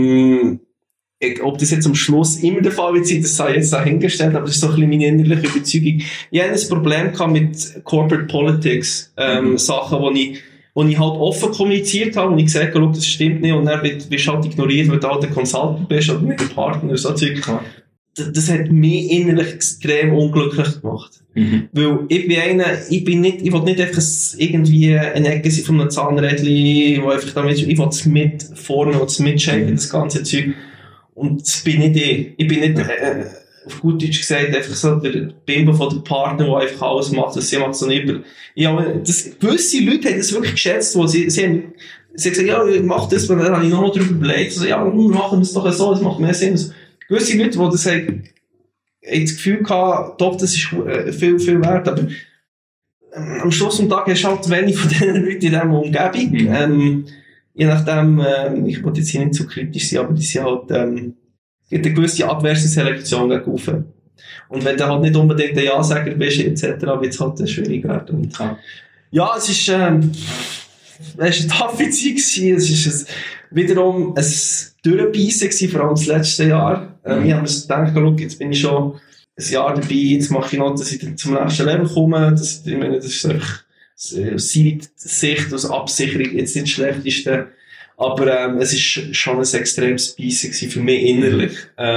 ob das jetzt am Schluss immer der Fall wird, das sei jetzt dahingestellt, aber das ist so ein bisschen meine innerliche Überzeugung. Ich hatte ein Problem mit Corporate Politics, Sachen, die ich halt offen kommuniziert habe und ich gesagt habe, das stimmt nicht, und dann wirst du halt ignoriert, weil du halt ein Consultant bist oder nicht ein Partner oder so Zeug. Das hat mich innerlich extrem unglücklich gemacht. Weil ich will nicht einfach irgendwie eine Ecke sein von einem Zahnrädchen, wo einfach damit, ich will es mit vorne und mitshapen, das ganze Zeug. Und das bin nicht ich. Ich bin nicht, auf gut Deutsch gesagt, einfach so der Bimbo von dem Partner, der einfach alles macht, das sie macht so nicht. Gewisse Leute haben das wirklich geschätzt, wo sie haben gesagt, ja, ich mach das, und dann habe ich noch darüber überlegt, so, ja, wir machen das doch so, das macht mehr Sinn. Gewisse Leute, die das haben das Gefühl gehabt, doch, das ist viel, viel wert, aber am Schluss des Tages hast du halt wenig von diesen Leuten in dieser Umgebung. Je nachdem, ich wollte jetzt hier nicht so kritisch sein, aber die sind halt, eine gewisse adverse Selektion gegen. Und wenn du halt nicht unbedingt ein Ja-Säger bist, etc., wird es halt schwierig werden. Und, ja, es war eine taffe Zeit gewesen. Es war wiederum ein Durchbeissen gewesen, vor allem das letzte Jahr. Ich habe mir gedacht, jetzt bin ich schon ein Jahr dabei, jetzt mache ich noch, dass ich zum nächsten Level komme. Ich meine, das ist einfach aus seiner Sicht, aus Absicherung, jetzt nicht das Schlechteste. Aber es ist schon ein extremes Beißen für mich innerlich.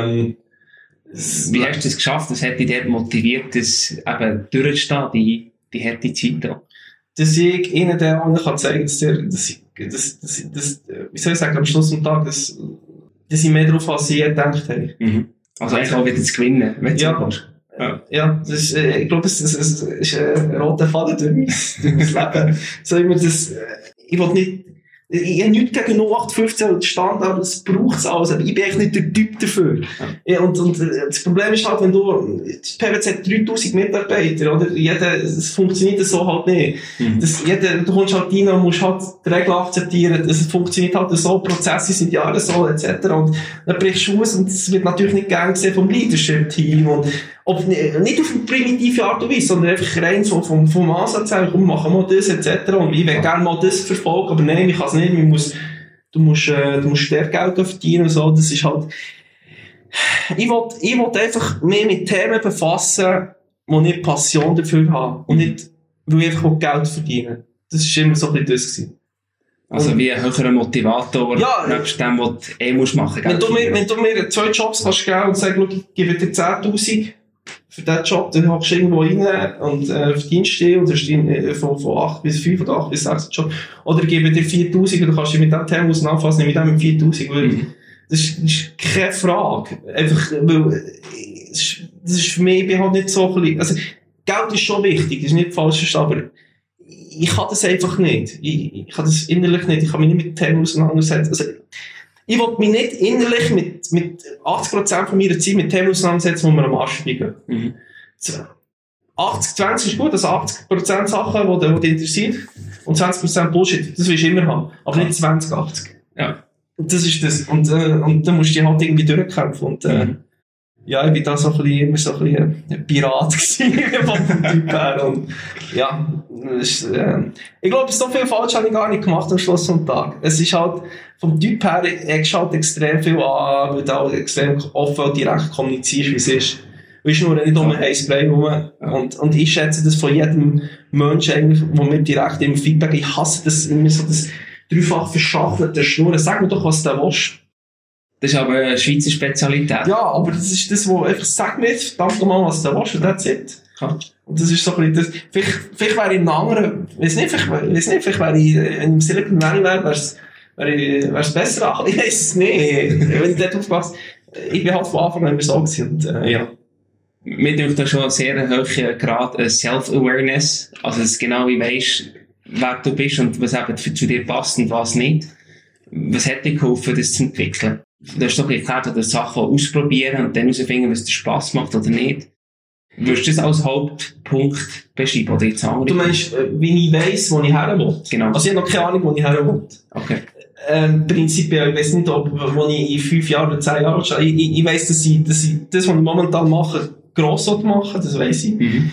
Wie hast du es geschafft? Was hat dich dort motiviert, das eben durchzustehen, die harte Zeit da? Dass ich ihnen dann auch kann zeigen kann, wie soll ich sagen, am Schluss des Tages, dass ich mehr darauf als sie gedacht habe. Mhm. Also eigentlich auch wieder zu gewinnen, wenn du ja. so kannst. Ja, das ist, ich glaube, es ist ein roter Faden durch mein Leben. So immer das, ich will nicht, ich habe nichts gegen 0815 Standard, das braucht es alles, aber ich bin eigentlich nicht der Typ dafür. Ja, und das Problem ist halt, wenn die PwC hat 3000 Mitarbeiter, oder? Es funktioniert so halt nicht. Mhm. Du kommst halt rein und musst halt die Regeln akzeptieren, es funktioniert halt so, Prozesse sind Jahre so, etc. Und dann brichst du aus und es wird natürlich nicht gern gesehen vom Leadership-Team und nicht auf eine primitive Art und Weise, sondern einfach rein vom Ansatz her, komm, machen wir das, etc. Und ich will gerne mal das verfolgen, aber nein, ich kann es nicht, du musst der Geld verdienen und so, das ist halt, ich will einfach mehr mit Themen befassen, wo ich Passion dafür habe, und nicht, weil ich einfach Geld verdiene. Das war immer so ein bisschen das gewesen. Also wie ein höherer Motivator, ja, nebst dem, was du musst machen. Wenn du mir 2 Jobs kannst geben und sagst, ich gebe dir 10'000 für diesen Job, dann hockst du irgendwo rein und verdienst dich und hast von 8 bis 5 oder 8 bis 6 Job. Oder ich gebe dir 4'000 und du kannst dich mit dem Thema auseinanderfassen, mit dem mit 4'000. Das ist keine Frage. Einfach, weil, das ist für mich, ich bin halt nicht so ein bisschen, also, Geld ist schon wichtig, das ist nicht falsch, aber ich kann das einfach nicht. Ich kann das innerlich nicht, ich kann mich nicht mit Themen auseinandersetzen. Also, ich will mich nicht innerlich mit 80% von meiner Zeit mit Themen auseinandersetzen, wo wir am Arsch liegen. Mhm. 80-20 ist gut, also 80% Sachen, die dich interessieren, und 20% Bullshit, das willst du immer haben. Aber nicht 20-80. Ja. Und das ist das. Und dann musst du dich halt irgendwie durchkämpfen. Und ja, ich bin da so ein bisschen, immer so ein bisschen ein Pirat gewesen, vom Typ her. Und ja, ist, ich glaube, so viel falsch habe ich gar nicht gemacht am Schluss vom Tag. Es ist halt, vom Typ her, ich schaue extrem viel an, weil du auch extrem offen und direkt kommunizierst, wie es ist. Du bist nur nicht um ein Spray rum. Und ich schätze das von jedem Menschen eigentlich, wo mir direkt immer Feedback, ich hasse das immer so, das dreifach verschachtelte Schnurren. Sag mir doch, was du willst. Das ist aber eine Schweizer Spezialität. Ja, aber das ist das, wo einfach, sag mir jetzt verdammt nochmal, was du willst, und that's it. Ja. Und das ist so ein bisschen das, vielleicht wäre ich in einem anderen, vielleicht wäre ich, wenn ich im Silicon Valley wäre, wäre es besser, ich weiss es nicht, wenn ich dort aufpasse. Ich bin halt von Anfang an immer so gewesen, und, ja. Mir denkt da schon einen sehr hohen Grad Self-Awareness, also dass du genau wie weisst, wer du bist und was eben zu dir passt und was nicht. Was hat dir geholfen, das zu entwickeln? Du hast doch erklärt, dass Sachen ausprobieren und dann herausfinden, was dir Spass macht oder nicht. Würdest du das als Hauptpunkt beschreiben oder jetzt andere? Du meinst, wie ich weiss, wo ich her will? Genau. Also ich habe noch keine Ahnung, wo ich her will. Okay. Prinzipiell, ich weiss nicht, wo ich in 5 Jahren oder 10 Jahren stehe. Ich weiss, dass ich das, was ich momentan mache, gross machen, das weiss ich. Mhm.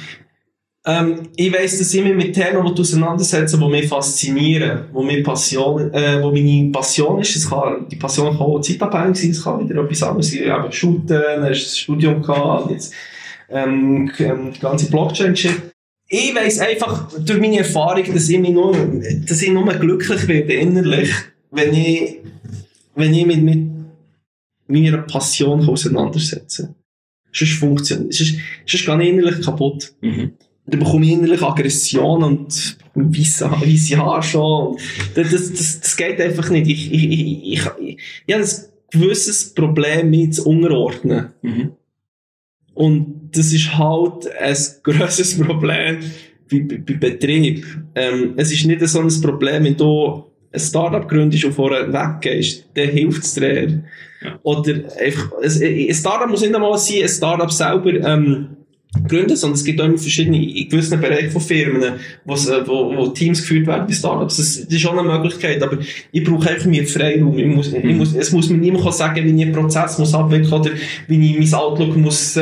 Ich weiss, dass ich mich mit Themen auseinandersetze, die mich faszinieren, wo meine Passion ist. Die Passion kann auch zeitabhängig sein, es kann wieder etwas anderes sein. Eben Shooten, dann hast du das Studium gehabt, jetzt, die ganze Blockchain-Shit. Ich weiss einfach durch meine Erfahrung, dass ich nur glücklich werde innerlich, wenn ich mit meiner Passion auseinandersetze. Sonst funktioniert, sonst gehe ich innerlich kaputt. Mhm. Dann bekomme ich innerlich Aggression und weisse Haare schon. Das geht einfach nicht. Ich habe ein gewisses Problem, mich zu unterordnen. Mhm. Und das ist halt ein grosses Problem bei Betrieb. Es ist nicht so ein Problem, wenn du ein Startup gründest und vorher weggehst, dann hilft es dir. Ja. Oder einfach, ein Startup muss nicht einmal sein, ein Startup selber gründen, sondern es gibt auch immer verschiedene, in gewissen Bereichen von Firmen, wo Teams geführt werden bei Startups. Das ist schon eine Möglichkeit, aber ich brauche einfach mehr Freiraum. Es muss mir niemand sagen, wie ich einen Prozess muss abwickeln oder wie ich mein Outlook muss,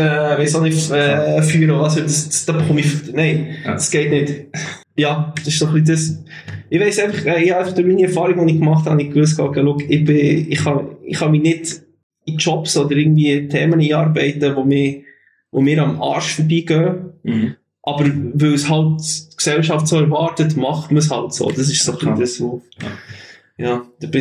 führen. Also, da bekomme ich, nein, das geht nicht. Ja, das ist doch ein bisschen das. Ich weiss einfach, ich habe einfach durch meine Erfahrung, die ich gemacht habe, nicht gewusst, ich kann mich nicht in Jobs oder irgendwie Themen einarbeiten, wo mir am Arsch vorbeigehen. Mhm. Aber weil es halt die Gesellschaft so erwartet, macht man es halt so. Das ist so ein bisschen das, wo... Ja, das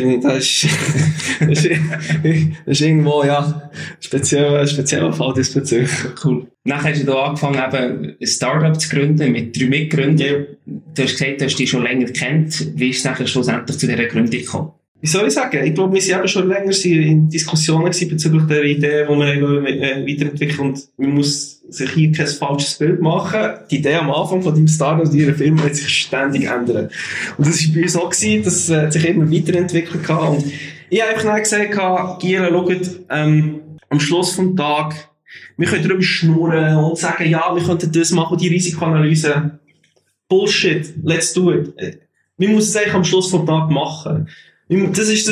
ist irgendwo, ja, spezieller Fall diesbezüglich. Cool. Nachher hast du da angefangen, eben ein Startup zu gründen, mit 3 Mitgründern. Ja. Du hast gesagt, du hast dich schon länger kennt. Wie ist es nachher schlussendlich zu dieser Gründung gekommen? Wie soll ich sagen? Ich glaube, wir sind eben schon länger in Diskussionen bezüglich der Idee, die wir weiterentwickeln. Und man muss sich hier kein falsches Bild machen. Die Idee am Anfang von deinem Startup und ihrer Firma hat sich ständig ändern. Und das war bei uns auch gewesen, dass es sich immer weiterentwickelt hat. Und ich habe einfach dann gesagt, Giela, schaut, am Schluss vom Tag, wir können darüber schnurren und sagen, ja, wir könnten das machen, die Risikoanalyse. Bullshit, let's do it. Wir müssen es eigentlich am Schluss vom Tag machen. Es ist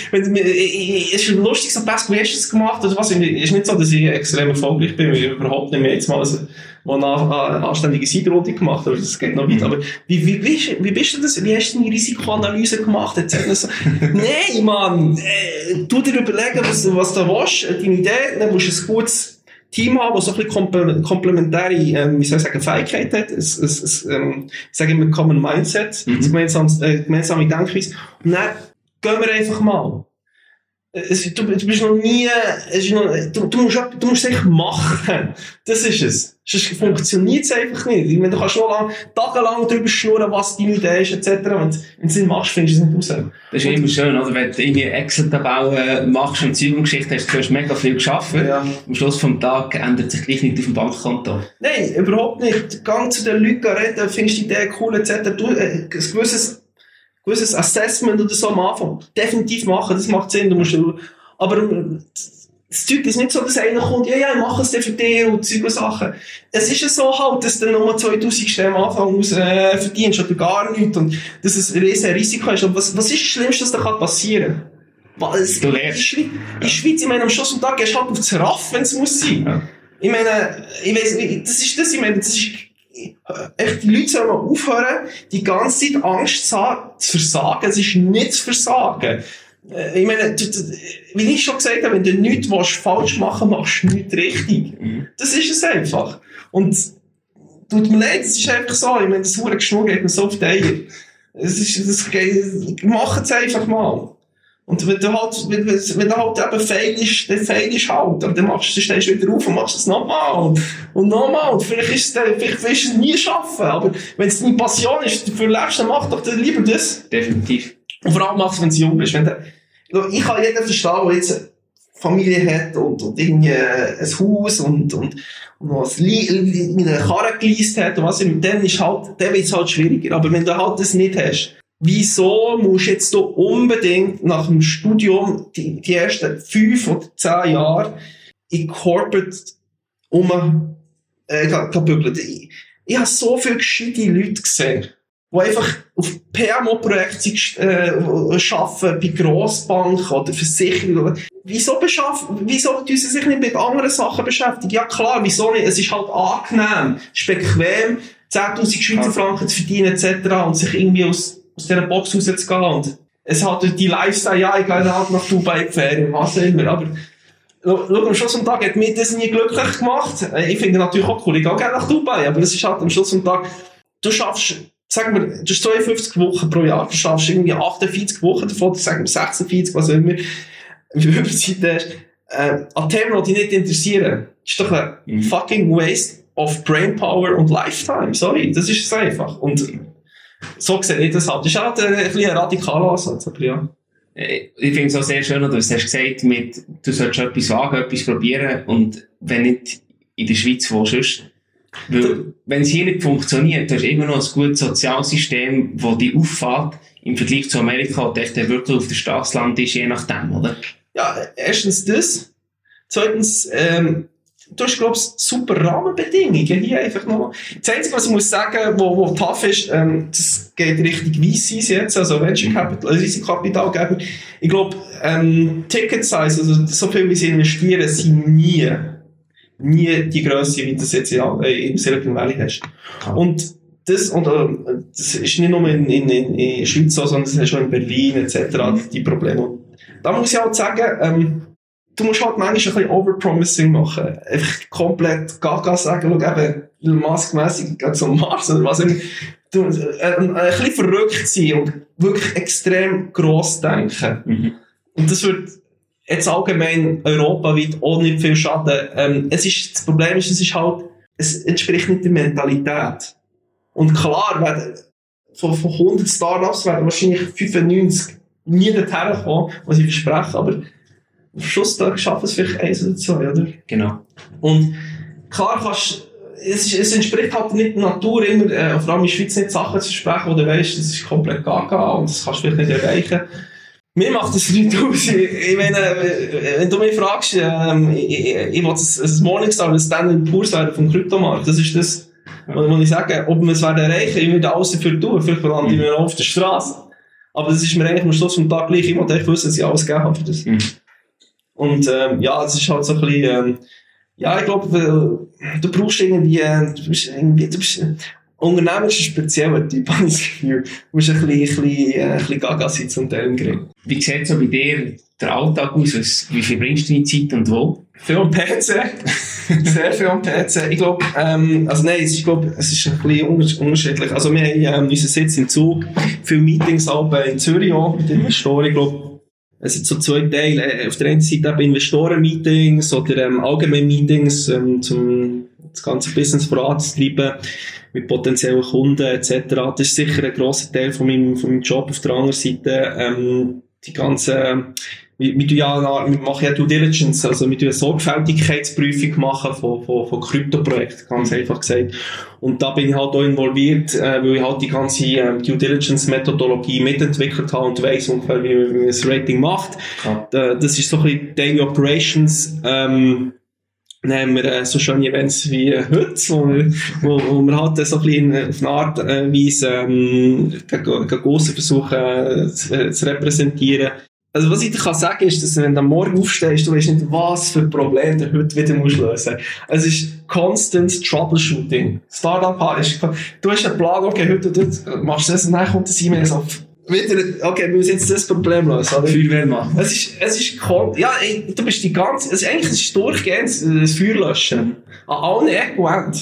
lustig, so Pass, wie hast du das gemacht? Oder was? Es ist nicht so, dass ich extrem erfolgreich bin, weil ich überhaupt nicht mehr jetzt mal eine anständige Seitenrunde gemacht habe. Das geht noch weit. Aber wie bist du das? Wie hast du deine Risikoanalyse gemacht? Nein, Mann! Du dir überlegen, was du willst, deine Idee, dann musst du ein gutes Team haben, das so ein bisschen komplementäre, wie soll ich sagen, Fähigkeit hat, ich sage immer Common Mindset, gemeinsame Denkweise. Und dann gehen wir einfach mal. Du bist noch nie, du musst es einfach machen. Das ist es. Sonst funktioniert es einfach nicht. Ich meine, du kannst noch tagelang darüber schnurren, was deine Idee ist, etc. Wenn du es nicht machst, findest du es nicht raus. Das ist immer schön, oder? Wenn du irgendwie Excel-Tabellen machst und Zeug und Geschichte hast, du hast mega viel geschafft. Ja. Am Schluss vom Tag ändert sich gleich nicht auf dem Bankkonto. Nein, überhaupt nicht. Gang zu den Leuten reden, findest die Idee cool, etc. Du, ein gewisses Assessment oder so am Anfang. Definitiv machen, das macht Sinn. Aber das Zeug ist nicht so, dass einer kommt, ja, ich mache es dann für dich und Zeug und Sachen. Es ist ja so halt, dass du nur 2000 Stellen am Anfang verdienst oder gar nichts und dass es ein riesen Risiko ist. Und was ist das Schlimmste, was da passieren kann? Du lernst. In der Schweiz, ich meine, am Schluss vom Tag gehst du halt auf das Raff, wenn es muss sein. Ja. Ich meine, ich weiss nicht, das ist echt, die Leute sollen mal aufhören, die ganze Zeit Angst zu haben, zu versagen. Es ist nicht zu versagen. Ich meine, wie ich schon gesagt habe, wenn du nichts falsch machen willst, machst du nichts richtig. Das ist es einfach. Und tut mir leid, es ist einfach so. Ich meine, das hure Geschnur geht mir so auf die Eier. Mach es einfach mal. Und wenn du halt eben fehlst, dann fehlst halt. Aber dann stehst du wieder auf und machst es nochmal. Und nochmal. Und vielleicht willst du es nie schaffen. Aber wenn es deine Passion ist, dafür lebst, dann mach doch lieber das. Definitiv. Und vor allem mach es, wenn du jung bist. Ich kann jeden verstehen, der jetzt eine Familie hat und irgendwie ein Haus und noch eine Karre geleast hat und was, dann wird es halt schwieriger. Aber wenn du halt das nicht hast, wieso musst du jetzt unbedingt nach dem Studium die ersten 5 oder 10 Jahre in Corporate bügeln? Ich habe so viele gescheite Leute gesehen, die einfach auf PMO-Projekten arbeiten, bei Grossbanken oder Versicherungen. Wieso tun sie sich nicht mit anderen Sachen beschäftigen? Ja klar, wieso nicht? Es ist halt angenehm, es ist bequem, 10'000 Schweizer Franken zu verdienen etc. und sich irgendwie aus dieser Box rauszugehen. Und es hat die Lifestyle, ja, ich gehe halt nach Dubai in die Ferien, was immer, aber schau, am Schluss vom Tag hat mich das nie glücklich gemacht. Ich finde natürlich auch cool, ich gehe gerne nach Dubai, aber es ist halt am Schluss vom Tag, du schaffst, sagen wir, du hast 52 Wochen pro Jahr, du schaffst irgendwie 48 Wochen davon, sagen wir 46, was auch immer, wie Überzeit hast, an Themen, die dich nicht interessieren. Das ist doch ein fucking Waste of Brainpower und Lifetime, sorry, das ist es einfach. Und so sehe ich das halt. Das ist halt ein bisschen ein radikaler Ansatz, aber ja. Ich finde es auch sehr schön, du hast gesagt, du sollst etwas wagen, etwas probieren und wenn nicht in der Schweiz, wo sonst. Weil, wenn es hier nicht funktioniert, hast du immer noch ein gutes Sozialsystem, das dich auffällt, im Vergleich zu Amerika, und echt wirklich auf der Straße landest, je nachdem, oder? Ja, erstens das. Zweitens, du hast, glaube ich, super Rahmenbedingungen hier einfach noch. Das Einzige, was ich muss sagen, wo tough ist, das geht Richtung VCs jetzt, also Venture Capital, Risikokapitalgeber. Ich glaube, Ticket Size, also so viel wie sie investieren, sind nie die Grösse, wie du das jetzt im Silicon Valley hast. Und das ist nicht nur in der Schweiz so, sondern das hast du auch in Berlin etc. Die Probleme. Da muss ich halt sagen, du musst halt manchmal ein bisschen Overpromising machen. Einfach komplett gaga sagen, schau eben, Elon Musk-mässig geht zum Mars oder was immer. ein bisschen verrückt sein und wirklich extrem gross denken. Und das wird jetzt allgemein europaweit auch nicht viel schaden. Das Problem ist, es entspricht nicht der Mentalität. Und klar, von 100 Startups werden wahrscheinlich 95 nie dorthin kommen, was ich verspreche, aber am Schluss schaffen es vielleicht 1 oder 2, oder? Genau. Und klar es entspricht halt nicht der Natur, immer, vor allem in der Schweiz nicht Sachen zu versprechen, wo du weisst, das ist komplett gaga und das kannst du vielleicht nicht erreichen. Mir macht das nichts aus. Ich meine, wenn du mich fragst, ich will ein Morningstar, ein Standard & Poor's werden vom Kryptomarkt, das ist das, was ich sage, ob wir es erreichen, ich würde alles dafür tun, vielleicht lande ich mir auf der Straße. Aber das ist mir eigentlich am Schluss vom Tag gleich, ich muss echt wissen, dass ich alles gegeben habe für das. Und ja, es ist halt so ein bisschen, ja, ich glaube, du brauchst irgendwie, du bist Unternehmer ist ein spezieller Typ, habe ich das Gefühl. Du musst ein bisschen gaga sein zum Teil im Grill. Wie sieht so bei dir der Alltag aus? Wie viel bringst du in Zeit und wo? Viel am PC. Sehr viel am PC. Ich glaube, es ist ein bisschen unterschiedlich. Also wir haben unseren Sitz im Zug, viele Meetings auch in Zürich auch mit Investoren. Ich glaube, es sind so 2 Teile. Auf der einen Seite eben Investoren-Meetings oder allgemeine Meetings, das ganze Business voranzutreiben mit potenziellen Kunden etc. Das ist sicher ein grosser Teil von meinem Job. Auf der anderen Seite die ganze wir machen ja Due Diligence, also wir tun eine Sorgfältigkeitsprüfung machen von Kryptoprojekten, ganz einfach gesagt. Und da bin ich halt auch involviert, weil ich halt die ganze Due Diligence Methodologie mitentwickelt habe und weiss ungefähr, wie man das Rating macht. Ja. Das ist so ein bisschen Daily Operations. Dann haben wir so schöne Events wie heute, wo wir halt so ein bisschen auf eine Art Weise gegen aussen versuchen zu repräsentieren. Also was ich dir sagen kann, ist, dass wenn du am Morgen aufstehst, du weißt nicht, was für Probleme du heute wieder lösen musst. Es ist constant Troubleshooting. Startup ist, du hast einen Plan, okay, heute machst du das und dann kommt das E-Mail so, wieder, okay, wir müssen jetzt das Problem lösen. Feuerwehr machen. Ja, du bist eigentlich ist durchgehend das Feuer löschen. An allen Ecken und Enden.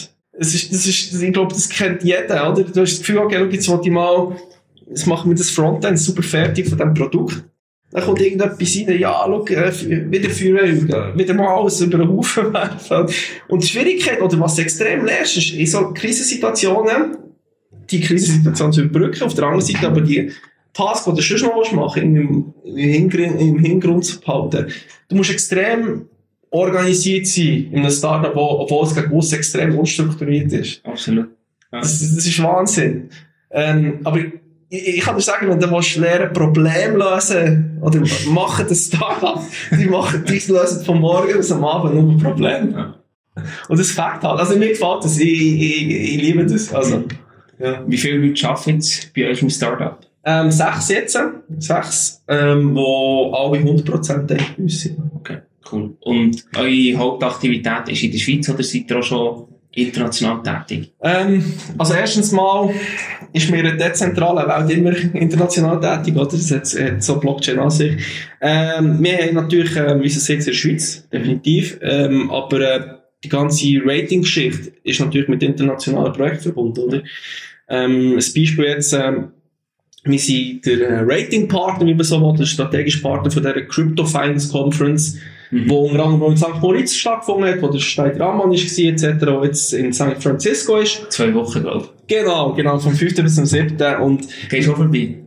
Ich glaube, das kennt jeder, oder? Du hast das Gefühl, okay, jetzt wollte ich mal, jetzt machen wir das Frontend super fertig von diesem Produkt. Dann kommt irgendetwas rein, ja, schau, wieder Feuer, wieder mal alles über den Haufen werfen. Und die Schwierigkeit, oder was du extrem lernst, ist, in so Krisensituationen, die Krisensituation zu überbrücken, auf der anderen Seite aber die Task, die du schon noch machen im Hintergrund zu behalten. Du musst extrem organisiert sein in einem Startup, obwohl es gegen aussen extrem unstrukturiert ist. Absolut. Ja. Das ist Wahnsinn. Aber ich kann dir sagen, wenn du lernen Probleme lösen oder machen das Startup, die lösen von morgen bis am Abend nur Probleme. Ja. Und das fängt halt. Also mir gefällt das. Ich liebe das. Also, ja. Wie viele Leute arbeiten jetzt bei euch im Startup? 6 jetzt. 6, wo alle 100% bei uns sind. Okay, cool. Und eure Hauptaktivität ist in der Schweiz oder seid ihr auch schon international tätig? Also erstens mal ist mir in der dezentralen Welt immer international tätig, oder? Das hat so Blockchain an sich. Wir haben natürlich unseren Sitz in der Schweiz, definitiv. Aber die ganze Rating-Geschichte ist natürlich mit internationalen Projekten verbunden, oder? Ein Beispiel jetzt, wir sind der Rating-Partner, wie man so will, der strategische Partner von dieser Crypto Finance Conference, wo unter anderem in St. Moritz stattgefunden hat, wo der Stein Rahman war, etc., wo jetzt in St. Francisco ist. 2 Wochen, glaube ich. Genau, vom 5. bis zum 7. Und gehst du auch vorbei?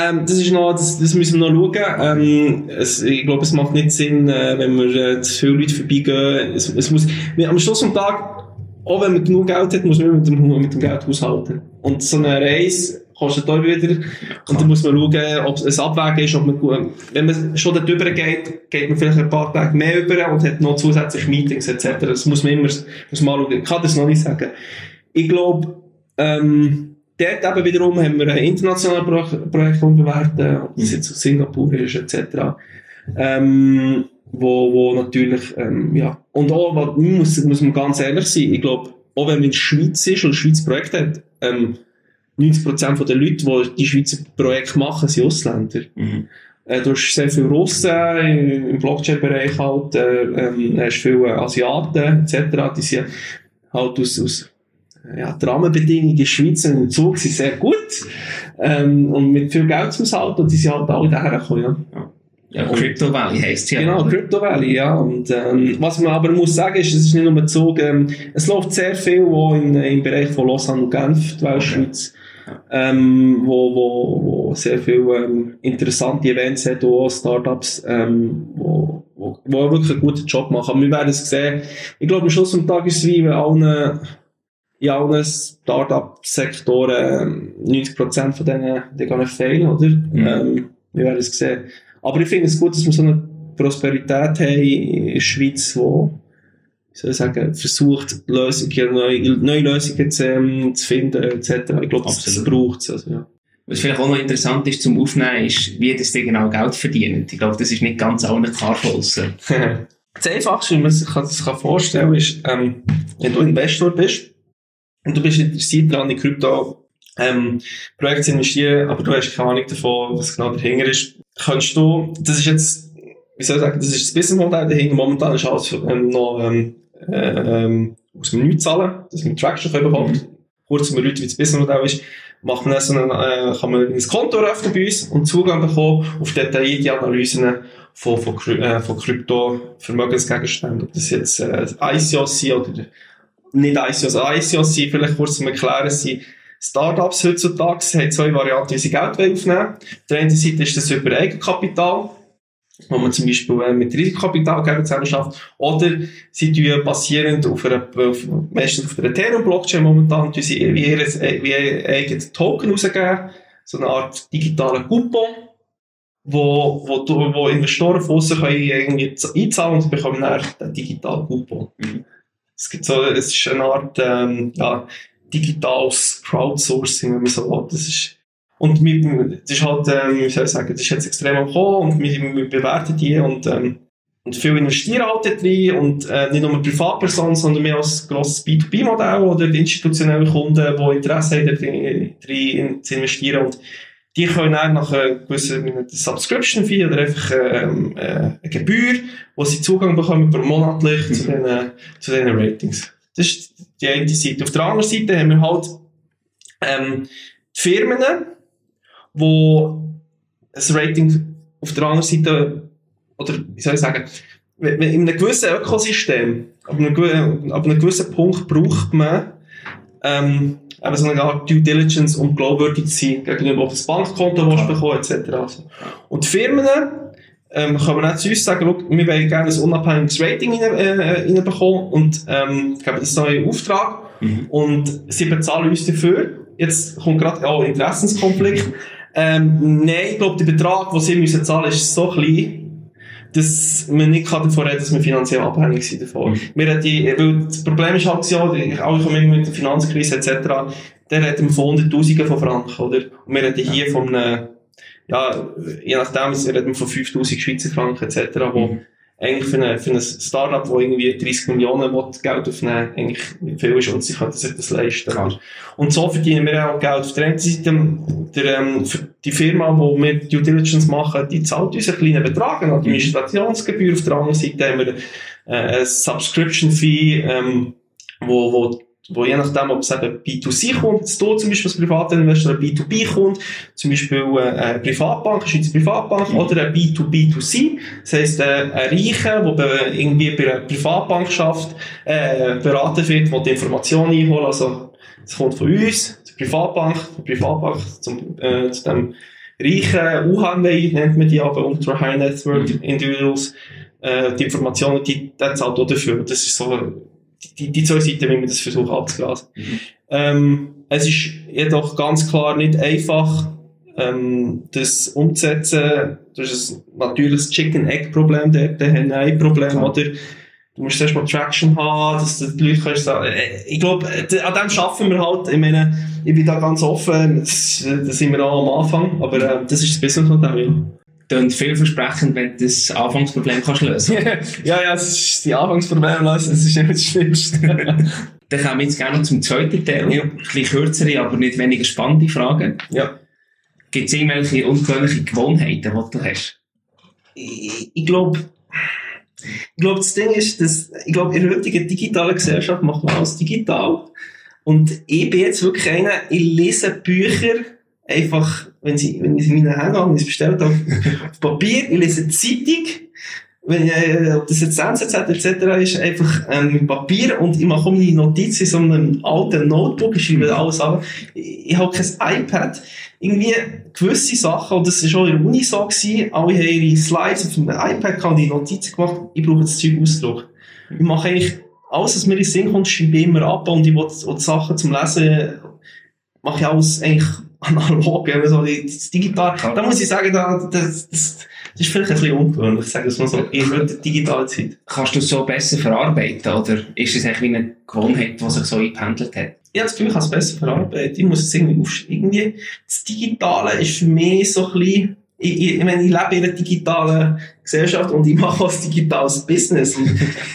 Das müssen wir noch schauen. Ich glaube, es macht nicht Sinn, wenn wir zu viele Leute vorbeigehen. Es muss, am Schluss des Tages, auch wenn man genug Geld hat, muss man mit dem Geld haushalten. Und so eine Reise kostet auch wieder. Und dann muss man schauen, ob es Abwägen ist, ob man, wenn man schon da drüber geht man vielleicht ein paar Tage mehr über und hat noch zusätzliche Meetings etc. Das muss man immer schauen. Ich kann das noch nicht sagen. Ich glaube, dort eben wiederum haben wir ein internationales Projekt bewerten, ob das jetzt aus Singapur ist etc. Wo natürlich, ja. Und auch, muss man ganz ehrlich sein, ich glaube, auch wenn man in der Schweiz ist und ein Schweizer Projekt hat, 90% der Leute, die die Schweizer Projekte machen, sind Ausländer. Du hast sehr viele Russen im Blockchain-Bereich halt, hast viele Asiaten etc. Die sind halt aus die Rahmenbedingungen in der Schweiz und im Zug sind sehr gut, und mit viel Geld zu haushalten, und die sind halt alle daher gekommen, ja. Ja, Crypto Valley heisst es ja. Genau, Crypto Valley, ja. Und was man aber muss sagen, ist, es ist nicht nur Zug, es läuft sehr viel auch im Bereich von Lausanne und Genf, die Weltschweiz, wo sehr viele interessante Events hat, auch Startups, wo wirklich einen guten Job machen. Aber wir werden es sehen. Ich glaube, am Schluss des Tages ist es wie in allen Startup-Sektoren 90% von denen, die gehen failen, oder? Wir werden es sehen. Aber ich finde es gut, dass wir so eine Prosperität haben in der Schweiz, wo, versucht, neue Lösungen zu finden, etc. Ich glaube, das braucht es. Also, ja. Was vielleicht auch noch interessant ist zum Aufnehmen, ist, wie das die genau Geld verdienen. Ich glaube, das ist nicht ganz allen klar draussen. Das Einfachste, wie man sich das vorstellen kann, ist, wenn du Investor bist und du bist interessiert daran, in Krypto-Projekte zu investieren, aber du hast keine Ahnung davon, was genau dahinter ist, kannst du, das ist jetzt, das ist das Businessmodell dahinter, momentan ist alles noch aus dem Nichts zahlen, dass man Traction bekommt. Kurz mal Leute, wie das Businessmodell ist, macht man kann man ein Konto eröffnen bei uns und Zugang bekommen auf detaillierte Analysen von Krypto-Vermögensgegenständen. Ob das jetzt ICOs sind oder nicht ICOs. ICOs sind, vielleicht kurz zum Erklären, sind Startups heutzutage, haben zwei Varianten, wie sie Geld aufnehmen. Auf der einen Seite ist das über Eigenkapital, wo man zum Beispiel mit Risikokapitalgebern zusammenarbeitet, oder sie tun basierend meistens auf der Ethereum-Blockchain momentan, tun sie wie eigene Token rausgeben, so eine Art digitalen Coupon, wo Investoren von aussen irgendwie einzahlen und bekommen dann den digitalen Coupon. Es ist eine Art digitales Crowdsourcing, wenn man so will. Das ist halt, wie soll ich sagen, das ist jetzt extrem am Kommen und wir bewerten die und viele investieren halt da rein und nicht nur Privatpersonen, sondern mehr als grosses B2B-Modell oder die institutionellen Kunden, die Interesse haben, da rein zu investieren, und die können dann nach einer gewissen Subscription-Fee oder einfach eine Gebühr, wo sie Zugang bekommen monatlich zu diesen Ratings. Das ist die eine Seite. Auf der anderen Seite haben wir halt die Firmen, wo ein Rating auf der anderen Seite, oder wie soll ich sagen, in einem gewissen Ökosystem, ab einem gewissen Punkt braucht man eben so eine Art Due Diligence, um glaubwürdig zu sein, gegenüber das Bankkonto, das du bekommst, etc. Und die Firmen können auch zu uns sagen, wir wollen gerne ein unabhängiges Rating reinbekommen und geben das neue Auftrag und sie bezahlen uns dafür. Jetzt kommt gerade Interessenskonflikt. Nein, ich glaube, der Betrag, den sie müssen zahlen, ist so klein, dass man nicht davon reden kann, dass wir finanziell abhängig sind davon. Weil das Problem ist halt so, alle kommen mit der Finanzkrise etc., dann reden wir von Hunderttausenden von Franken, oder? Und wir reden hier von je nachdem, wir reden von 5'000 Schweizer Franken etc., wo eigentlich für ein Startup, das irgendwie 30 Millionen Geld aufnehmen, eigentlich nicht viel ist und sie können sich das leisten. Klar. Und so verdienen wir auch Geld. Auf der einen Seite, für die Firma, die wir Due Diligence machen, die zahlt uns einen kleinen Betrag, eine Administrationsgebühr. Auf der anderen Seite haben wir eine Subscription-Fee, wo je nachdem, ob es eben B2C kommt, jetzt hier zum Beispiel als privater Investor, ein B2B kommt, zum Beispiel eine Privatbank, eine Schweizer Privatbank, oder ein B2B2C, das heisst, ein Reicher, der irgendwie bei einer Privatbank schafft, beraten wird, der die Informationen einholt, also, das kommt von uns, zur Privatbank zu dem reichen UHNW, nennt man die aber, Ultra High Net Worth Individuals, die Informationen, die zahlt auch dafür. Das ist so, die zwei Seiten, wie man das versucht abzuglasen. Es ist jedoch ganz klar nicht einfach, das umzusetzen. Du hast natürlich das Chicken-Egg-Problem, der Ein-Problem, oder? Du musst erst mal Traction haben, dass die Leute können sagen, ich glaube, an dem arbeiten wir halt. Ich meine, ich bin da ganz offen, da sind wir auch am Anfang, aber das ist das Business-Modell. Klingt vielversprechend, wenn du das Anfangsproblem kannst lösen. Ja, das ist die Anfangsprobleme lösen, das ist nicht das Schlimmste. Dann kommen wir jetzt gerne noch zum zweiten Teil. Ja. Ein bisschen kürzere, aber nicht weniger spannende Fragen. Ja. Gibt es irgendwelche ungewöhnliche Gewohnheiten, die du hast? Ich glaube, das Ding ist, dass, in der heutigen digitalen Gesellschaft macht man alles digital. Und ich bin jetzt wirklich einer, ich lese Bücher einfach, wenn ich sie in meinen Händen habe, wenn ich es bestellt habe, auf Papier, ich lese Zeitung, wenn ob das jetzt NZZ etc. ist, einfach mit Papier und ich mache auch meine Notizen in so einem alten Notebook, ich schreibe alles an. Ich habe kein iPad. Irgendwie gewisse Sachen, und das war schon in der Uni so gewesen, alle haben ihre Slides auf dem iPad gehabt, die Notizen gemacht, ich brauche das Zeug Ausdruck. Ich mache eigentlich alles, was mir in den Sinn kommt, schreibe ich immer ab und ich will die Sachen zum Lesen, mache ich alles eigentlich analog, also das digital. Da muss ich sagen, das ist vielleicht ein bisschen ungewöhnlich, ich sage das mal so, in der digitalen Zeit. Kannst du es so besser verarbeiten, oder ist es eigentlich wie eine Gewohnheit, die sich so eingependelt hat? Ich habe das Gefühl, ich kann es besser verarbeiten. Ich muss es irgendwie aufschreiben. Das Digitale ist für mich so ein bisschen, ich meine, ich lebe in einer digitalen Gesellschaft und ich mache auch ein digitales Business. Und,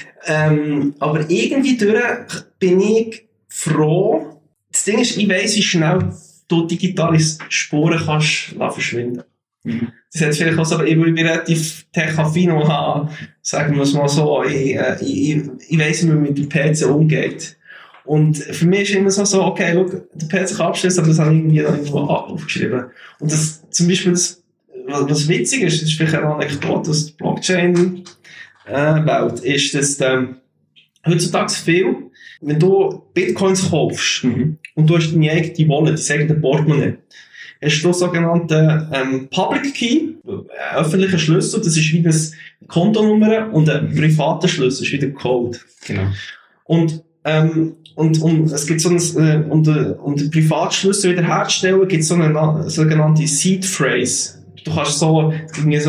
aber irgendwie bin ich froh. Das Ding ist, ich weiss, wie schnell du digitale Spuren kannst verschwinden. Mhm. Das hat vielleicht auch so, ich bin relativ tech-affin und habe, sagen wir es mal so, ich weiss, wie man mit dem PC umgeht. Und für mich ist immer so, okay, schau, der PC kann abschließen, aber das habe ich irgendwie irgendwo aufgeschrieben. Und das, zum Beispiel, was witzig ist, das ist vielleicht eine Anekdote aus der Blockchain-Welt, ist, dass, heutzutage viel, wenn du Bitcoins kaufst, und du hast deine eigene Wallet, dein eigenes Portemonnaie, hast du sogenannten Public Key, öffentlichen Schlüssel, das ist wie eine Kontonummer, und ein privater Schlüssel ist wie der Code. Genau. Und es gibt so um den Privatschlüssel wiederherzustellen, gibt es so eine sogenannte Seed Phrase. Du kannst so 15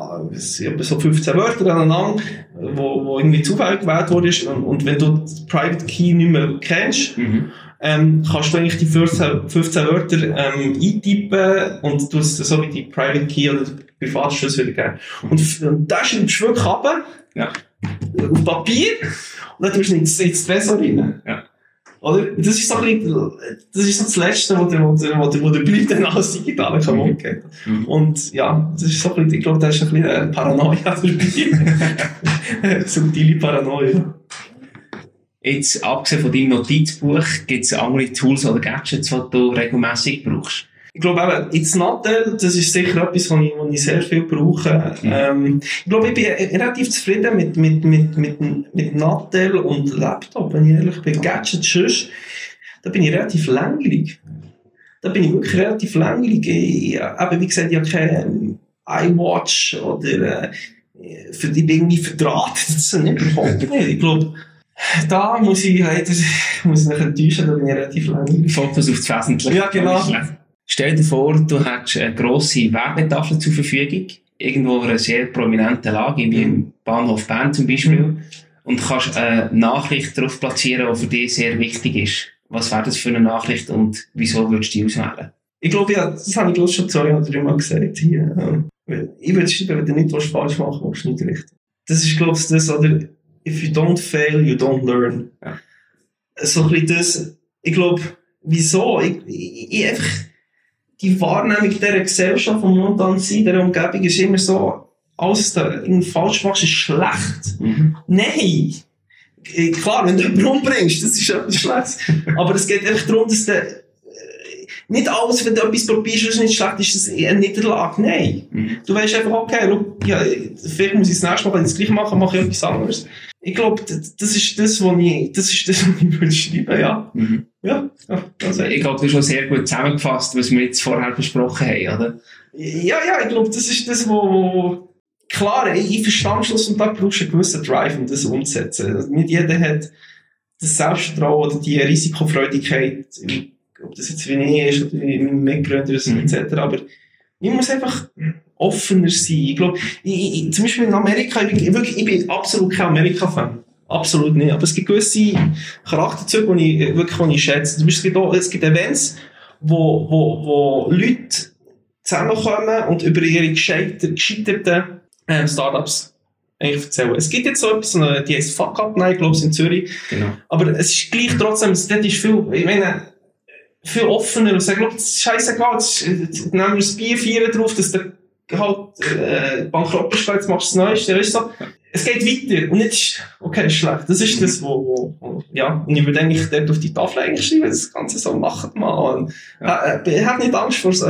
Wörter aneinander, wo irgendwie zufällig gewählt worden ist, und wenn du den Private Key nicht mehr kennst, kannst du eigentlich die 15 Wörter eintippen und du es so wie die Private Key oder den Privatschlüssel wiedergeben. Und da schreibst du wirklich runter, auf Papier, und dann tust du ins Tresor rein. Ja. Oder? Das ist so ein bisschen, das ist so das Letzte, wo der bleibt, dann alles digital kann umgehen. Und ja, das ist so ein bisschen, ich glaube, da ist ein bisschen Paranoia dabei. Subtile Paranoia. Jetzt, abgesehen von deinem Notizbuch, gibt es andere Tools oder Gadgets, die du regelmässig brauchst? Ich glaube eben, jetzt Nattel, das ist sicher etwas, was ich sehr viel brauche. Ich glaube, ich bin relativ zufrieden mit Nattel und Laptop, wenn ich ehrlich bin. Gadgets sonst, da bin ich relativ langweilig. Da bin ich wirklich relativ langweilig. Aber wie gesagt, ich habe keine iWatch oder für die irgendwie verdrahtet. Das ist nicht überhaupt nicht. Ich glaube, da muss ich leider enttäuschen, da bin ich relativ langweilig. Fokus auf das Wesentliche. Ja, genau. Stell dir vor, du hättest eine grosse Werbetafel zur Verfügung, irgendwo in einer sehr prominenten Lage, wie im Bahnhof Bern zum Beispiel, und kannst eine Nachricht darauf platzieren, die für dich sehr wichtig ist. Was wäre das für eine Nachricht und wieso würdest du die auswählen? Ich glaube, ja, das habe ich bloß schon 2 oder 3 Mal gesagt hier. Ich würde schreiben, wenn du nicht falsch machen willst, nicht richtig. Das ist, glaube ich, das, oder if you don't fail, you don't learn. Ja. So ein bisschen das, ich glaube, wieso? Ich einfach, die Wahrnehmung dieser Gesellschaft, die momentan sind, dieser Umgebung, ist immer so, alles, was du irgendwie falsch machst, ist schlecht. Nein! Klar, wenn du jemanden umbringst, das ist etwas Schlechtes. Aber es geht einfach darum, dass du, nicht alles, wenn du etwas probierst, was nicht schlecht ist, ist eine Niederlage. Nein. Du weißt einfach, okay, look, ja, vielleicht muss ich das nächste Mal, wenn ich das gleich mache, mache ich etwas anderes. Ich glaube, das ist das, was ich würde schreiben, ja. Ja, also. Ich glaube, du hast schon sehr gut zusammengefasst, was wir jetzt vorher besprochen haben, oder? Ja, ich glaube, das ist das, wo klar, ich verstehe am Schluss und da brauchst du einen gewissen Drive, um das umzusetzen. Also nicht jeder hat das Selbstvertrauen oder die Risikofreudigkeit, ob das jetzt wie ich ist oder wie mein Mitgründer etc. Aber ich muss einfach offener sein. Ich glaube, zum Beispiel in Amerika, ich bin absolut kein Amerika-Fan. Absolut nicht. Aber es gibt gewisse Charakterzüge, die ich schätze. Es gibt Events, wo Leute zusammenkommen und über ihre gescheiterten Startups eigentlich erzählen. Es gibt jetzt so etwas, die heißt Fuck Up Night, glaube ich, in Zürich. Genau. Aber es ist gleich trotzdem, dort ist viel offener und sagen, das ist scheissegal, nehmen wir das Bier 4 drauf, dass der halt bankrott bist, jetzt machst du das Neueste, weißt du so. es geht weiter und nicht, okay, ist schlecht. Das ist das, ja, und ich würde eigentlich dort auf die Tafel eigentlich schreiben, das Ganze so, macht mal. Ich habe nicht Angst wie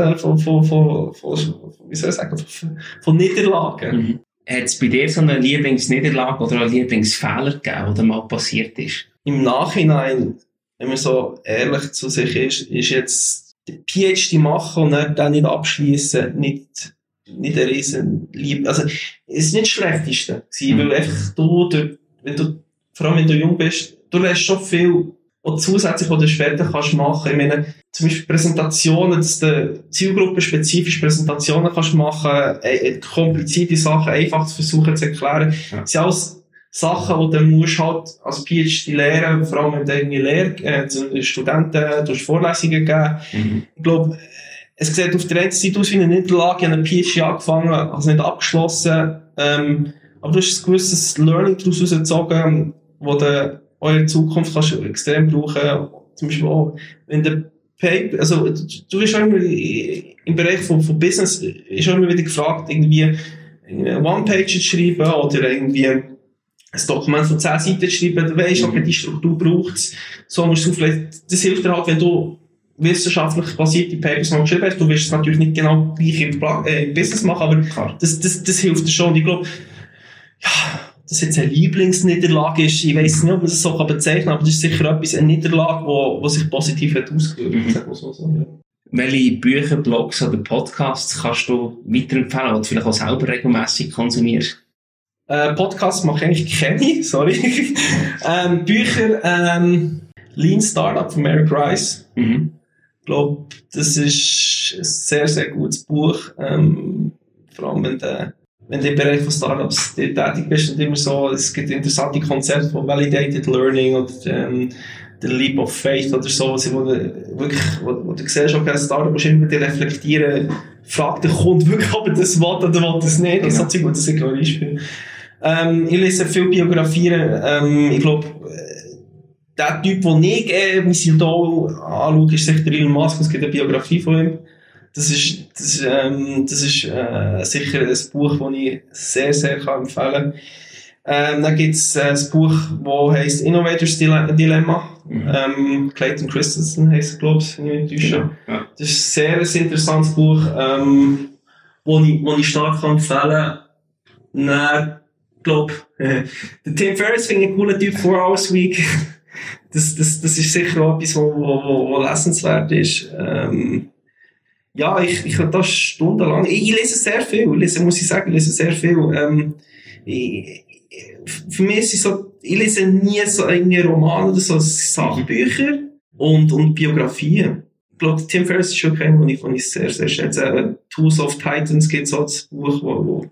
soll ich sagen, von Niederlagen. Hat es bei dir so eine Lieblingsniederlage oder einen Lieblingsfehler gegeben, der mal passiert ist? Im Nachhinein, wenn man so ehrlich zu sich ist jetzt die PhD machen und dann nicht abschließen, nicht ein riesen also, es ist nicht das Schlechteste gewesen, weil einfach vor allem wenn du jung bist, du lernst schon viel, was zusätzlich oder später kannst machen. Ich meine, zum Beispiel Präsentationen, dass du zielgruppenspezifisch Präsentationen kannst machen, komplizierte Sachen einfach zu versuchen zu erklären. Das sind alles Sachen, die du musst halt als PhD lernen, vor allem wenn du irgendwie Studenten Vorlesungen geben. Ich glaube, es sieht auf der einen Seite aus wie eine Niederlage, ich habe eine PhD angefangen, also nicht abgeschlossen, aber du hast ein gewisses Learning daraus herausgezogen, wo du auch in Zukunft kannst du extrem brauchen. Zum Beispiel auch, wenn der Paper, also du bist auch immer im Bereich von Business, ist auch immer wieder gefragt, irgendwie eine One-Page zu schreiben oder irgendwie ein Dokument von 10 Seiten zu schreiben, du weisst, okay, die Struktur braucht es, so musst du vielleicht, das hilft dir halt, wenn du wissenschaftlich basierte Papers mal geschrieben hast, du wirst es natürlich nicht genau gleich im Business machen, aber das hilft dir schon. Und ich glaube, ja, dass jetzt eine Lieblingsniederlage ist, ich weiss nicht, ob man das so bezeichnen kann, aber das ist sicher eine Niederlage, die sich positiv hat ausgewirkt. Ja. Welche Bücher, Blogs oder Podcasts kannst du weiterempfehlen, die du vielleicht auch selber regelmässig konsumierst? Podcasts mache ich eigentlich keine, sorry. Bücher, Lean Startup von Eric Rice. Ich glaube, das ist ein sehr, sehr gutes Buch. Vor allem, wenn du im Bereich von Startups tätig bist und immer so, es gibt interessante Konzepte von Validated Learning oder der Leap of Faith oder so, wo du siehst, okay, ein Startup musst immer wieder reflektieren, fragt der Kunde wirklich, ob er das will oder will das nicht. Das hat sich gut, das ist ein Beispiel. Ich lese viel Biografien. Ich glaube, der Typ, den ich mein Idol anschaue, ist sicher der Elon Musk. Es gibt eine Biografie von ihm. Das ist sicher ein Buch, das ich sehr, sehr empfehlen kann. Dann gibt es ein Buch, das heisst Innovators Dilemma. Clayton Christensen heisst es, glaube ich, wenn ich mich nicht täusche. Ja. Das ist ein sehr interessantes Buch, das ich stark empfehlen kann. Dann, ich glaube, der Tim Ferriss finde ich ein cooler Typ, 4 Hours Week. Das ist sicher auch etwas, was lesenswert ist. Ja, ich kann das stundenlang. Ich lese sehr viel. Muss ich sehr viel. Für mich ist es so, ich lese nie so einen Roman oder so Sachbücher und Biografien. Ich glaube, Tim Ferriss ist schon kein, den ich sehr, sehr schätze. Tools of Titans gibt es auch das Buch,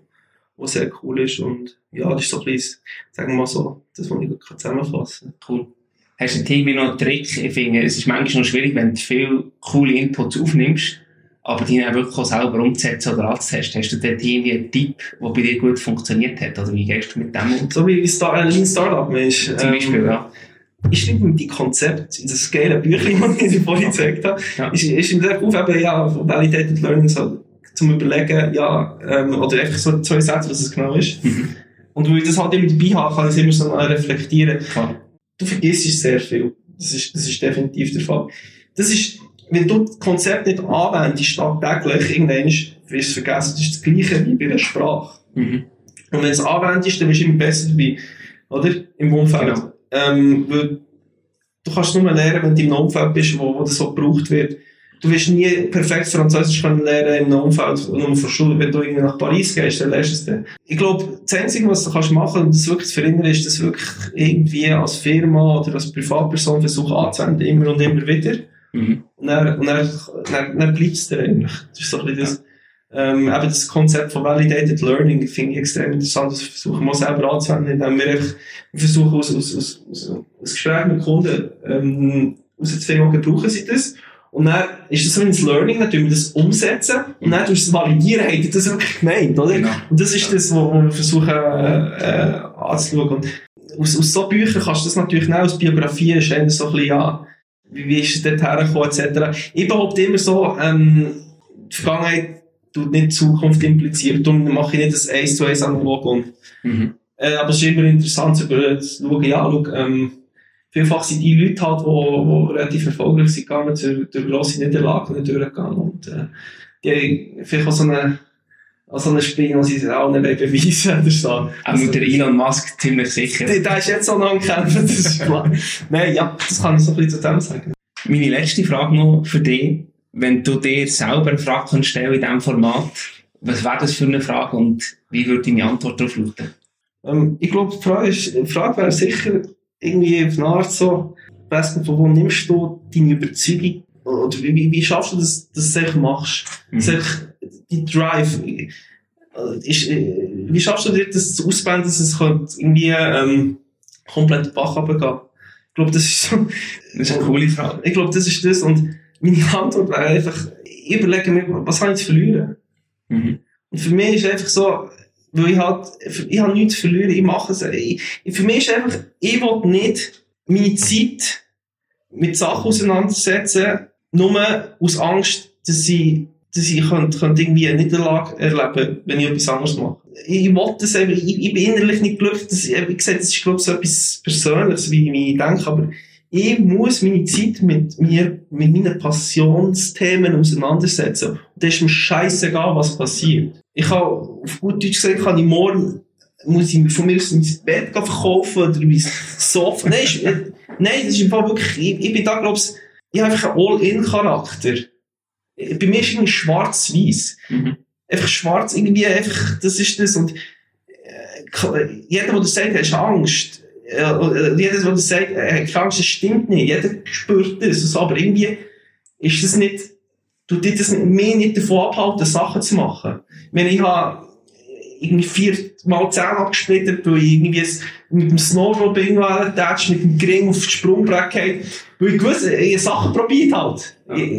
wo sehr cool ist. Und ja, das ist so ein bisschen, sagen wir mal so, das, was ich zusammenfassen kann. Cool. Hast du irgendwie noch einen Trick? Ich finde, es ist manchmal noch schwierig, wenn du viele coole Inputs aufnimmst, aber die dann wirklich auch selber umzusetzen oder anzutesten. Hast du dort irgendwie einen Tipp, der bei dir gut funktioniert hat? Oder wie gehst du mit dem um? So wie Lean Startup, Mensch. Zum Beispiel, ja. Ich schreibe mir die Konzepte in das geile Büchlein, das ich dir vorhin gezeigt habe. Ja. Ich schreibe auf, eben, ja, Validated Learning, so, zum Überlegen, ja, oder einfach so 2 Sätze, was es genau ist. Und weil ich das halt immer dabei habe, kann ich es immer so reflektieren. Klar. Du vergisst sehr viel. Das ist definitiv der Fall. Das ist, wenn du das Konzept nicht anwendest, tagtäglich, irgendwann wirst du es vergessen. Das ist das Gleiche wie bei einer Sprache. Und wenn du es anwendest, dann bist du immer besser dabei. Oder? Im Umfeld. Genau. Weil du kannst nur lernen, wenn du in einem Umfeld bist, wo das so gebraucht wird. Du wirst nie perfekt Französisch lernen in einem Umfeld, nur von Schule. Wenn du irgendwie nach Paris gehst, dann lernst du es dann. Ich glaube, das Einzige, was du kannst machen, um das wirklich zu verhindern, ist, das wirklich irgendwie als Firma oder als Privatperson versuchen anzuwenden, immer und immer wieder. Und dann bleibt es dir eigentlich. Das ist so ein bisschen das, eben das Konzept von Validated Learning finde ich extrem interessant. Das versuchen wir selber anzuwenden, indem wir versuchen, aus Gespräch mit Kunden, herauszufinden, okay, brauchen sie das? Und dann ist das so ins Learning, dann tun wir das umsetzen und dann durch das Validieren habt ihr das wirklich gemeint, oder? Genau. Und das ist das, was wir versuchen anzuschauen. Und aus so Büchern kannst du das natürlich auch als Biografie, ist eher so ein bisschen, ja, wie ist es dort hergekommen, etc. Ich behaupte immer so, die Vergangenheit tut nicht die Zukunft implizieren, darum mache ich nicht das 1:1 analog und Aber es ist immer interessant zu schauen, vielfach sind die Leute halt, die relativ erfolgreich sind gegangen, durch grosse Niederlagen durchgegangen. Und die haben vielleicht auch so eine Spinne, die sie auch nicht beweisen oder so. Also der Elon Musk ziemlich sicher. Der ist jetzt auch noch am Kämpfen, das ist klar. Nein, ja, das kann ich so ein bisschen zu dem sagen. Meine letzte Frage noch für dich. Wenn du dir selber eine Frage kannst stellen in diesem Format, was wäre das für eine Frage und wie würde deine Antwort darauf lauten? Ich glaube, die Frage wäre sicher irgendwie auf eine Art so, von wo nimmst du deine Überzeugung, oder wie schaffst du das, dass du es machst? Die Drive, wie schaffst du dir das auszubauen, dass es irgendwie komplett Bach runtergeht? Ich glaube, das ist so. Das ist eine coole Frage. Ich glaube, das ist das. Und meine Antwort wäre einfach, ich überlege mir, was habe ich zu verlieren? Und für mich ist einfach so, weil ich habe nichts zu verlieren, ich mache es. Für mich ist einfach, ich will nicht meine Zeit mit Sachen auseinandersetzen, nur aus Angst, dass ich könnte irgendwie eine Niederlage erleben, wenn ich etwas anderes mache. Ich will das eben, ich bin innerlich nicht glücklich, wie gesagt, das ist, glaube ich, so etwas Persönliches, wie ich denke, aber ich muss meine Zeit mit meinen Passionsthemen auseinandersetzen. Und da ist mir scheissegal, was passiert. Ich kann, auf gut Deutsch gesagt, muss ich von mir aus mein Bett verkaufen oder mein Sofa. Nein, das ist im Fall wirklich, ich bin da, glaube ich habe einfach einen All-In-Charakter. Bei mir ist irgendwie schwarz-weiß. Einfach schwarz, irgendwie, einfach, das ist das. Und jeder, der das sagt, hast Angst. Jeder, der sagt, keine Angst, das stimmt nicht. Jeder spürt das. Aber irgendwie ist das nicht, tut dir das mich nicht davon abhalten, Sachen zu machen. Ich habe irgendwie 4x10 abgesplittert, weil ich irgendwie mit dem Snowboard irgendwo attached, mit dem Gring auf das Sprungbrett gehe, weil ich gewusst, ich habe Sachen probiert halt.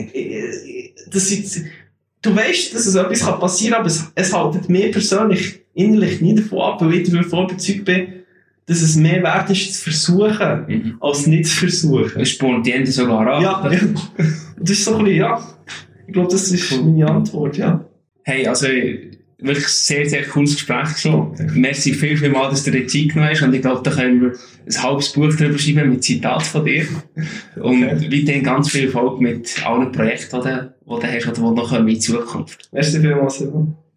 Du weißt, dass es etwas passieren kann, aber es haltet mir persönlich innerlich nie davon ab, weil ich davon überzeugt bin, dass es mehr wert ist, zu versuchen, als nicht zu versuchen. Es spornt die Ende sogar an. Ja. Das ist so ein bisschen, ich glaube, das ist meine Antwort, ja. Hey, also, wirklich sehr, sehr cooles Gespräch gewesen. Merci vielmals, dass du dir Zeit genommen hast. Und ich glaube, da können wir ein halbes Buch drüber schreiben mit Zitat von dir. Und weiterhin ganz viel Erfolg mit allen Projekten, die du hast oder die noch kommen in Zukunft. Merci vielmals.